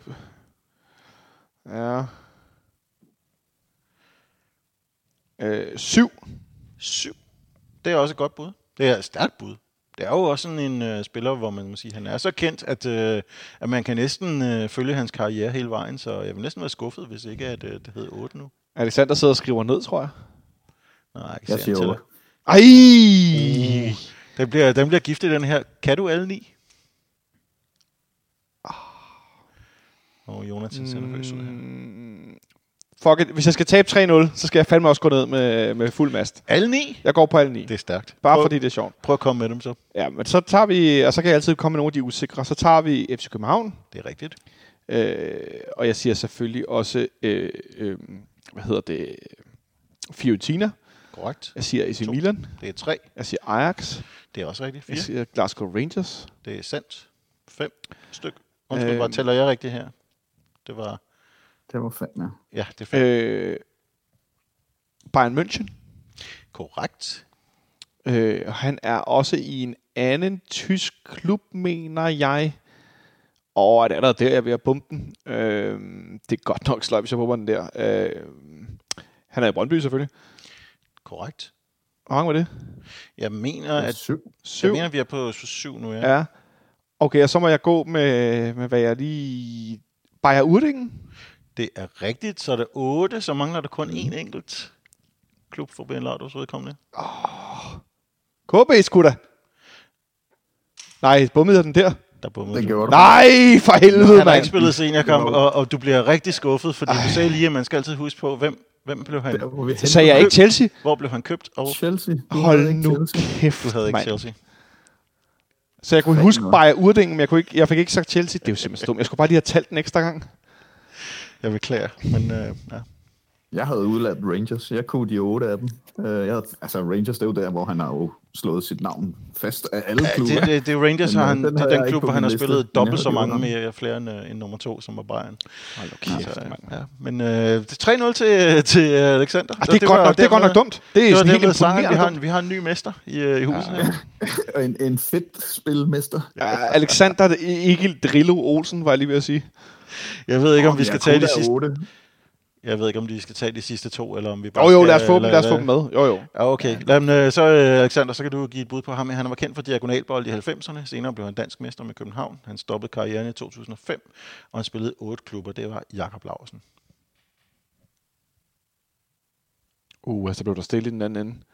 [SPEAKER 2] er 7.
[SPEAKER 3] 7. Det er også et godt bud. Det er et stærkt bud. Det er jo også sådan en spiller, hvor man må sige, han er så kendt, at man kan næsten følge hans karriere hele vejen. Så jeg vil næsten være skuffet, hvis ikke at det hedder 8 nu.
[SPEAKER 2] Alexander sidder og skriver ned, tror jeg.
[SPEAKER 3] Nej,
[SPEAKER 4] jeg siger 8.
[SPEAKER 2] Ej!
[SPEAKER 3] Den bliver giftig, den her. Kan du alle 9? Jonathan ser nervøs ud her.
[SPEAKER 2] Fuck it. Hvis jeg skal tabe 3-0, så skal jeg fandme også gå ned med fuld mast.
[SPEAKER 3] Alle 9?
[SPEAKER 2] Jeg går på alle 9.
[SPEAKER 3] Det er stærkt.
[SPEAKER 2] Bare fordi det er sjovt.
[SPEAKER 3] Prøv at komme med dem så.
[SPEAKER 2] Ja, men så tager vi, og så kan jeg altid komme med nogle af de usikre. Så tager vi FC København.
[SPEAKER 3] Det er rigtigt.
[SPEAKER 2] Og jeg siger selvfølgelig også, Fiorentina.
[SPEAKER 3] Korrekt.
[SPEAKER 2] Jeg siger AC Milan.
[SPEAKER 3] Det er 3.
[SPEAKER 2] Jeg siger Ajax.
[SPEAKER 3] Det er også rigtigt. 4.
[SPEAKER 2] Jeg siger Glasgow Rangers.
[SPEAKER 3] Det er sandt. 5 styk. Undskyld, bare tæller jeg rigtigt her? Det var
[SPEAKER 4] 5, ja.
[SPEAKER 3] Ja, det er 5.
[SPEAKER 2] Bayern München.
[SPEAKER 3] Korrekt.
[SPEAKER 2] Han er også i en anden tysk klub, mener jeg. Og det er der, jeg er ved at bumpe den. Det er godt nok sløjt, hvis jeg bumper den der. Han er i Brøndby selvfølgelig.
[SPEAKER 3] Korrekt.
[SPEAKER 2] Hvor mange var det?
[SPEAKER 3] Jeg mener, at
[SPEAKER 4] 7.
[SPEAKER 3] Jeg mener, vi er på 7 nu, ja.
[SPEAKER 2] Ja. Okay, og så må jeg gå med hvad jeg lige... Bayer Urdingen?
[SPEAKER 3] Det er rigtigt, så er det 8, så mangler der kun én enkelt klub for Ben Laudrups vedkommende.
[SPEAKER 2] KB sgu da. Nej, bummede jeg den der?
[SPEAKER 3] Der bummede
[SPEAKER 4] Det
[SPEAKER 3] du.
[SPEAKER 4] gjorde du.
[SPEAKER 2] Nej, for helvede,
[SPEAKER 3] Han har
[SPEAKER 2] mand.
[SPEAKER 3] ikke spillet seniorkamp, og du bliver rigtig skuffet, fordi du sagde lige, at man skal altid huske på, hvem blev han?
[SPEAKER 4] Der, hvor vi
[SPEAKER 2] Det sagde jeg ikke Chelsea.
[SPEAKER 3] Hvor blev han købt? Og
[SPEAKER 4] Chelsea. Du
[SPEAKER 2] Hold
[SPEAKER 4] havde ikke
[SPEAKER 2] nu
[SPEAKER 4] Chelsea.
[SPEAKER 2] kæft,
[SPEAKER 3] du havde ikke
[SPEAKER 2] mand.
[SPEAKER 3] Chelsea.
[SPEAKER 2] Så jeg kunne
[SPEAKER 4] Fanden
[SPEAKER 2] huske
[SPEAKER 4] noget.
[SPEAKER 2] Bayer Urdingen, men jeg fik ikke sagt Chelsea. Det er jo simpelthen dumt. Jeg skulle bare lige have talt den ekstra gang.
[SPEAKER 3] Jeg beklager, men ja.
[SPEAKER 4] Jeg havde udladt Rangers. Jeg kunne de 8 af dem. Rangers, det er jo der, hvor han har jo slået sit navn fast af alle klubber.
[SPEAKER 3] Det er Rangers,
[SPEAKER 4] Men,
[SPEAKER 3] har han,
[SPEAKER 4] den
[SPEAKER 3] det
[SPEAKER 4] havde
[SPEAKER 3] er
[SPEAKER 4] jeg
[SPEAKER 3] den
[SPEAKER 4] ikke
[SPEAKER 3] klub,
[SPEAKER 4] på
[SPEAKER 3] hvor han
[SPEAKER 4] min
[SPEAKER 3] har
[SPEAKER 4] liste,
[SPEAKER 3] spillet
[SPEAKER 4] men
[SPEAKER 3] dobbelt
[SPEAKER 4] jeg
[SPEAKER 3] så
[SPEAKER 4] havde
[SPEAKER 3] mange
[SPEAKER 4] hørt
[SPEAKER 3] med flere end nummer 2, som var Bayern.
[SPEAKER 2] Hold nu kæft,
[SPEAKER 3] Så,
[SPEAKER 2] mand.
[SPEAKER 3] ja. Men det er 3-0 til Alexander.
[SPEAKER 2] Det er godt nok dumt. Det er
[SPEAKER 3] Det var
[SPEAKER 2] sådan helt
[SPEAKER 3] dermed sejren.
[SPEAKER 2] imponerende.
[SPEAKER 3] Vi har en ny mester i huset her.
[SPEAKER 4] En fedt spilmester.
[SPEAKER 2] Ja, Alexander Egil Drillo Olsen, var jeg lige ved at sige.
[SPEAKER 3] Jeg ved ikke, om vi skal tage de sidste...
[SPEAKER 4] 8.
[SPEAKER 3] Jeg ved ikke, om de skal tage de sidste 2, eller om vi bare
[SPEAKER 2] Jo,
[SPEAKER 3] skal...
[SPEAKER 2] lad os få dem med. Jo.
[SPEAKER 3] Ja, okay. Så Alexander, så kan du give et bud på ham. Han var kendt for diagonalbold i 90'erne. Senere blev han dansk mester med København. Han stoppede karrieren i 2005, og han spillede 8 klubber. Det var Jakob Laursen.
[SPEAKER 2] Så blev der stille i den anden ende.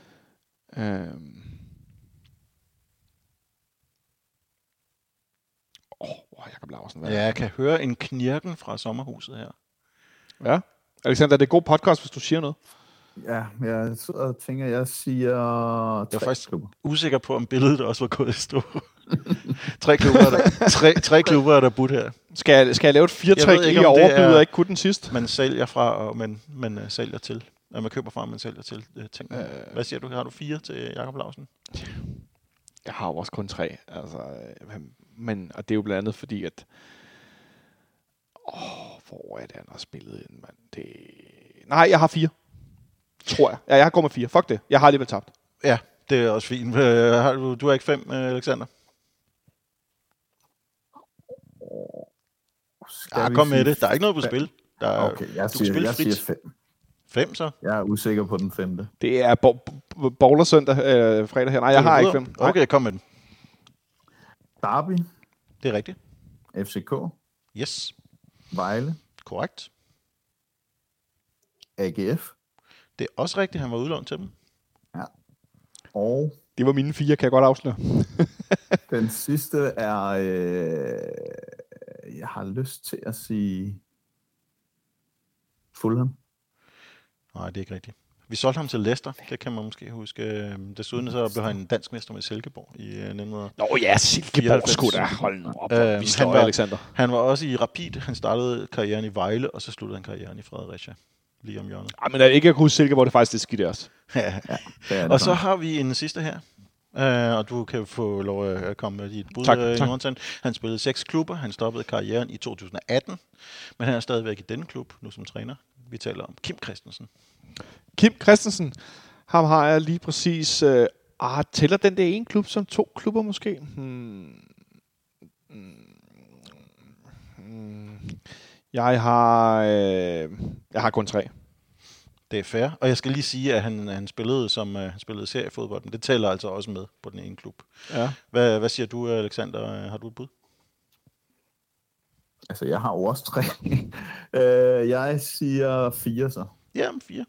[SPEAKER 2] Jakob Larsen.
[SPEAKER 3] Ja, jeg kan høre en knirken fra sommerhuset her.
[SPEAKER 2] Ja. Alexander, det er god podcast, hvis du siger noget.
[SPEAKER 4] Ja, jeg sidder og tænker, jeg siger 3
[SPEAKER 3] faktisk-
[SPEAKER 4] klubber.
[SPEAKER 3] Usikker på, om billedet også var gået i stå. 3 klubber, tre klubber er der budt her.
[SPEAKER 2] Skal jeg lave et 4-3
[SPEAKER 3] Jeg ved ikke,
[SPEAKER 2] i
[SPEAKER 3] om det
[SPEAKER 2] overbyder
[SPEAKER 3] er-
[SPEAKER 2] og ikke kunne den sidste?
[SPEAKER 3] Man sælger fra, og man sælger til. Man køber fra, og man sælger til. Hvad siger du? Har du 4 til Jakob Lausen?
[SPEAKER 2] Jeg har jo også kun 3. Altså, men, og det er jo blandt andet fordi, at... hvor er det, han har spillet ind, mand? Nej, jeg har 4. Tror jeg. Ja, jeg går med 4. Fuck det. Jeg har alligevel tabt.
[SPEAKER 3] Ja, det er også fint. Du har ikke 5, Alexander? Kom med det. Der er ikke noget på spil.
[SPEAKER 4] Okay, jeg
[SPEAKER 3] du kan spille
[SPEAKER 4] siger
[SPEAKER 3] frit.
[SPEAKER 4] 5.
[SPEAKER 3] 5 så?
[SPEAKER 4] Jeg er usikker på den 5.
[SPEAKER 2] Det er Bowler søndag, fredag her. Nej, jeg har ikke 5.
[SPEAKER 3] Okay, kom med den.
[SPEAKER 4] Derby,
[SPEAKER 3] Det er rigtigt.
[SPEAKER 4] FCK,
[SPEAKER 3] Yes,
[SPEAKER 4] Vejle,
[SPEAKER 3] korrekt.
[SPEAKER 4] AGF
[SPEAKER 3] Det er også rigtigt, han var udlånt til dem.
[SPEAKER 4] og
[SPEAKER 2] Det var mine 4, kan jeg godt afsløre.
[SPEAKER 4] den sidste er, jeg har lyst til at sige Fulham.
[SPEAKER 3] Nej, det er ikke rigtigt. Vi solgte ham til Leicester, det kan man måske huske. Desuden så blev han dansk mester med Silkeborg i 1900.
[SPEAKER 2] Nå ja, Silkeborg sgu da. Hold nu op. Vi står, Alexander.
[SPEAKER 3] Han var også i Rapid. Han startede karrieren i Vejle, og så sluttede han karrieren i Fredericia. Lige om hjørnet.
[SPEAKER 2] Ej, men jeg ikke kunne huske Silkeborg, det er faktisk det skidt også.
[SPEAKER 4] Det er det
[SPEAKER 3] Og så
[SPEAKER 4] sådan.
[SPEAKER 3] har vi en sidste her. Og du kan få lov at komme med dit bud,
[SPEAKER 2] Tak.
[SPEAKER 3] Jonathan. Han spillede 6 klubber. Han stoppede karrieren i 2018. Men han er stadigvæk i denne klub, nu som træner. Vi taler om Kim Christensen.
[SPEAKER 2] Kim Christensen, ham har jeg lige præcis... tæller den der en klub som 2 klubber måske? Jeg har kun 3.
[SPEAKER 3] Det er fair. Og jeg skal lige sige, at han spillede som han spillede seriefodbold, men det tæller altså også med på den ene klub.
[SPEAKER 2] Ja.
[SPEAKER 3] Hvad siger du, Alexander? Har du et bud?
[SPEAKER 4] Altså, jeg har jo også 3. Jeg siger 4 så.
[SPEAKER 3] Ja, 4.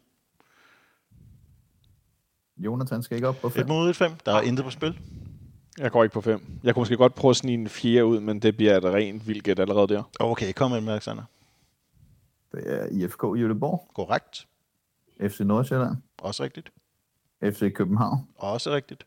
[SPEAKER 4] Jonathan skal ikke op på 5.
[SPEAKER 3] 1 mod 1, 5. Der er intet på spil.
[SPEAKER 2] Jeg går ikke på 5. Jeg kunne måske godt prøve at snige en 4 ud, men det bliver et rent vildgæt allerede der.
[SPEAKER 3] Okay, kom med, Alexander.
[SPEAKER 4] Det er IFK Göteborg,
[SPEAKER 3] Korrekt.
[SPEAKER 4] FC Nordsjælland,
[SPEAKER 3] Også rigtigt.
[SPEAKER 4] FC København
[SPEAKER 3] Også rigtigt.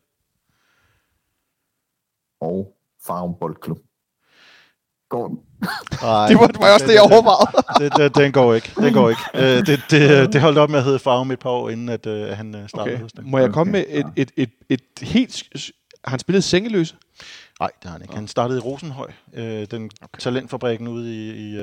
[SPEAKER 4] og Farum Boldklub. Går den?
[SPEAKER 3] Ej,
[SPEAKER 2] Det var også det, jeg overvejede.
[SPEAKER 3] Den går ikke. Den går ikke. Det holdt op med at hedde Farum et par år, inden at han startede hos dem.
[SPEAKER 2] Må jeg komme med et helt... Har han spillet Sengeløse?
[SPEAKER 3] Nej, det har han ikke. Han startede i Rosenhøj, den talentfabrikken ude i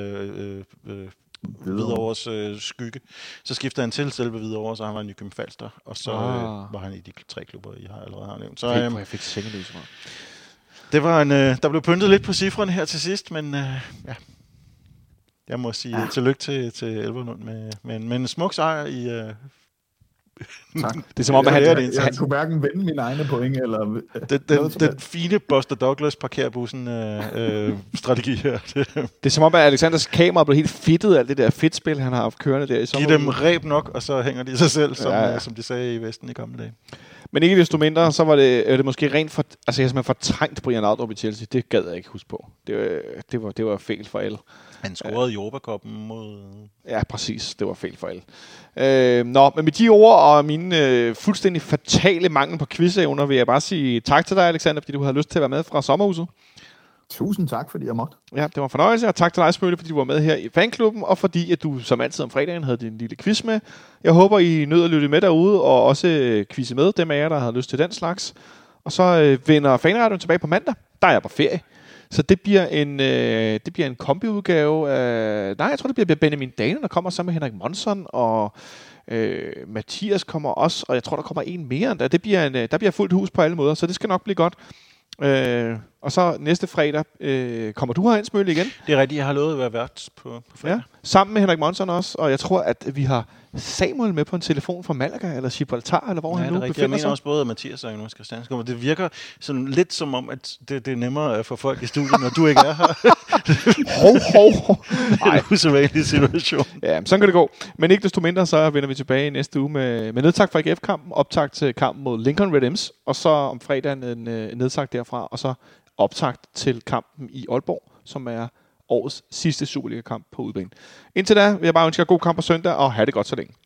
[SPEAKER 3] Hvidovres skygge. Så skiftede han til selve Hvidovre, så han var i Nykøbing Falster, og så var han i de 3 klubber, I har allerede har nævnt. Så
[SPEAKER 2] Jeg fik Sengeløse.
[SPEAKER 3] det var der blev pyntet lidt på cifrene her til sidst, men ja. Jeg må sige tillykke til Elverlund med en smuk sejr
[SPEAKER 4] Tak.
[SPEAKER 2] Det er som om, at
[SPEAKER 4] Jeg kunne hverken vende mine egne point, eller...
[SPEAKER 3] Den fine Buster Douglas parkerbussen-strategi her.
[SPEAKER 2] Det er som om, at Alexanders kamera blev helt fedtet af det der fedtspil, han har haft kørende der i sommer.
[SPEAKER 3] Giv dem reb nok, og så hænger de sig selv, som de sagde i Vesten i gamle dage.
[SPEAKER 2] Men ikke desto mindre, så var det måske rent for... Altså, jeg har simpelthen fortrængt Brian Laudrup i Chelsea. Det gad jeg ikke huske på. Det var fejl for alle.
[SPEAKER 3] Han scorede i Europacupen mod...
[SPEAKER 2] Ja, præcis. Det var fejl for alle. Men med de ord og mine fuldstændig fatale mangel på quizevner, vil jeg bare sige tak til dig, Alexander, fordi du havde lyst til at være med fra sommerhuset.
[SPEAKER 4] Tusind tak, fordi jeg måtte.
[SPEAKER 2] Ja, det var en fornøjelse, og tak til dig, Smølle, fordi du var med her i fanklubben, og fordi at du som altid om fredagen havde din lille quiz med. Jeg håber, I nød at lytte med derude, og også quizze med dem af jer, der havde lyst til den slags. Og så vender Fanradioen tilbage på mandag. Der er jeg på ferie. Så det bliver en kombiudgave af... Nej, jeg tror, det bliver Benjamin Dane, der kommer sammen med Henrik Monson, og Mathias kommer også, og jeg tror, der kommer en mere end der. Der bliver fuldt hus på alle måder, så det skal nok blive godt. Og så næste fredag kommer du herind, Smølle, igen.
[SPEAKER 3] Det er rigtigt, jeg har lovet at være vært på fredag.
[SPEAKER 2] Ja, sammen med Henrik Monson også, og jeg tror, at vi har Samuel med på en telefon fra Malaga, eller Gibraltar, eller hvor han nu befinder sig.
[SPEAKER 3] Jeg mener også både Mathias og Jonas Christiansen. Det virker sådan lidt som om, at det er nemmere at få folk i studiet, når du ikke er her. Det er en usædvanlig situation.
[SPEAKER 2] Ja, sådan kan det gå. Men ikke desto mindre, så vender vi tilbage næste uge med nedtakt fra AGF-kampen, optakt til kampen mod Lincoln Red M's, og så om fredagen en nedtakt derfra, og så optakt til kampen i Aalborg, som er årets sidste Superliga-kamp på udebane. Indtil da vil jeg bare ønske jer god kamp på søndag, og have det godt så længe.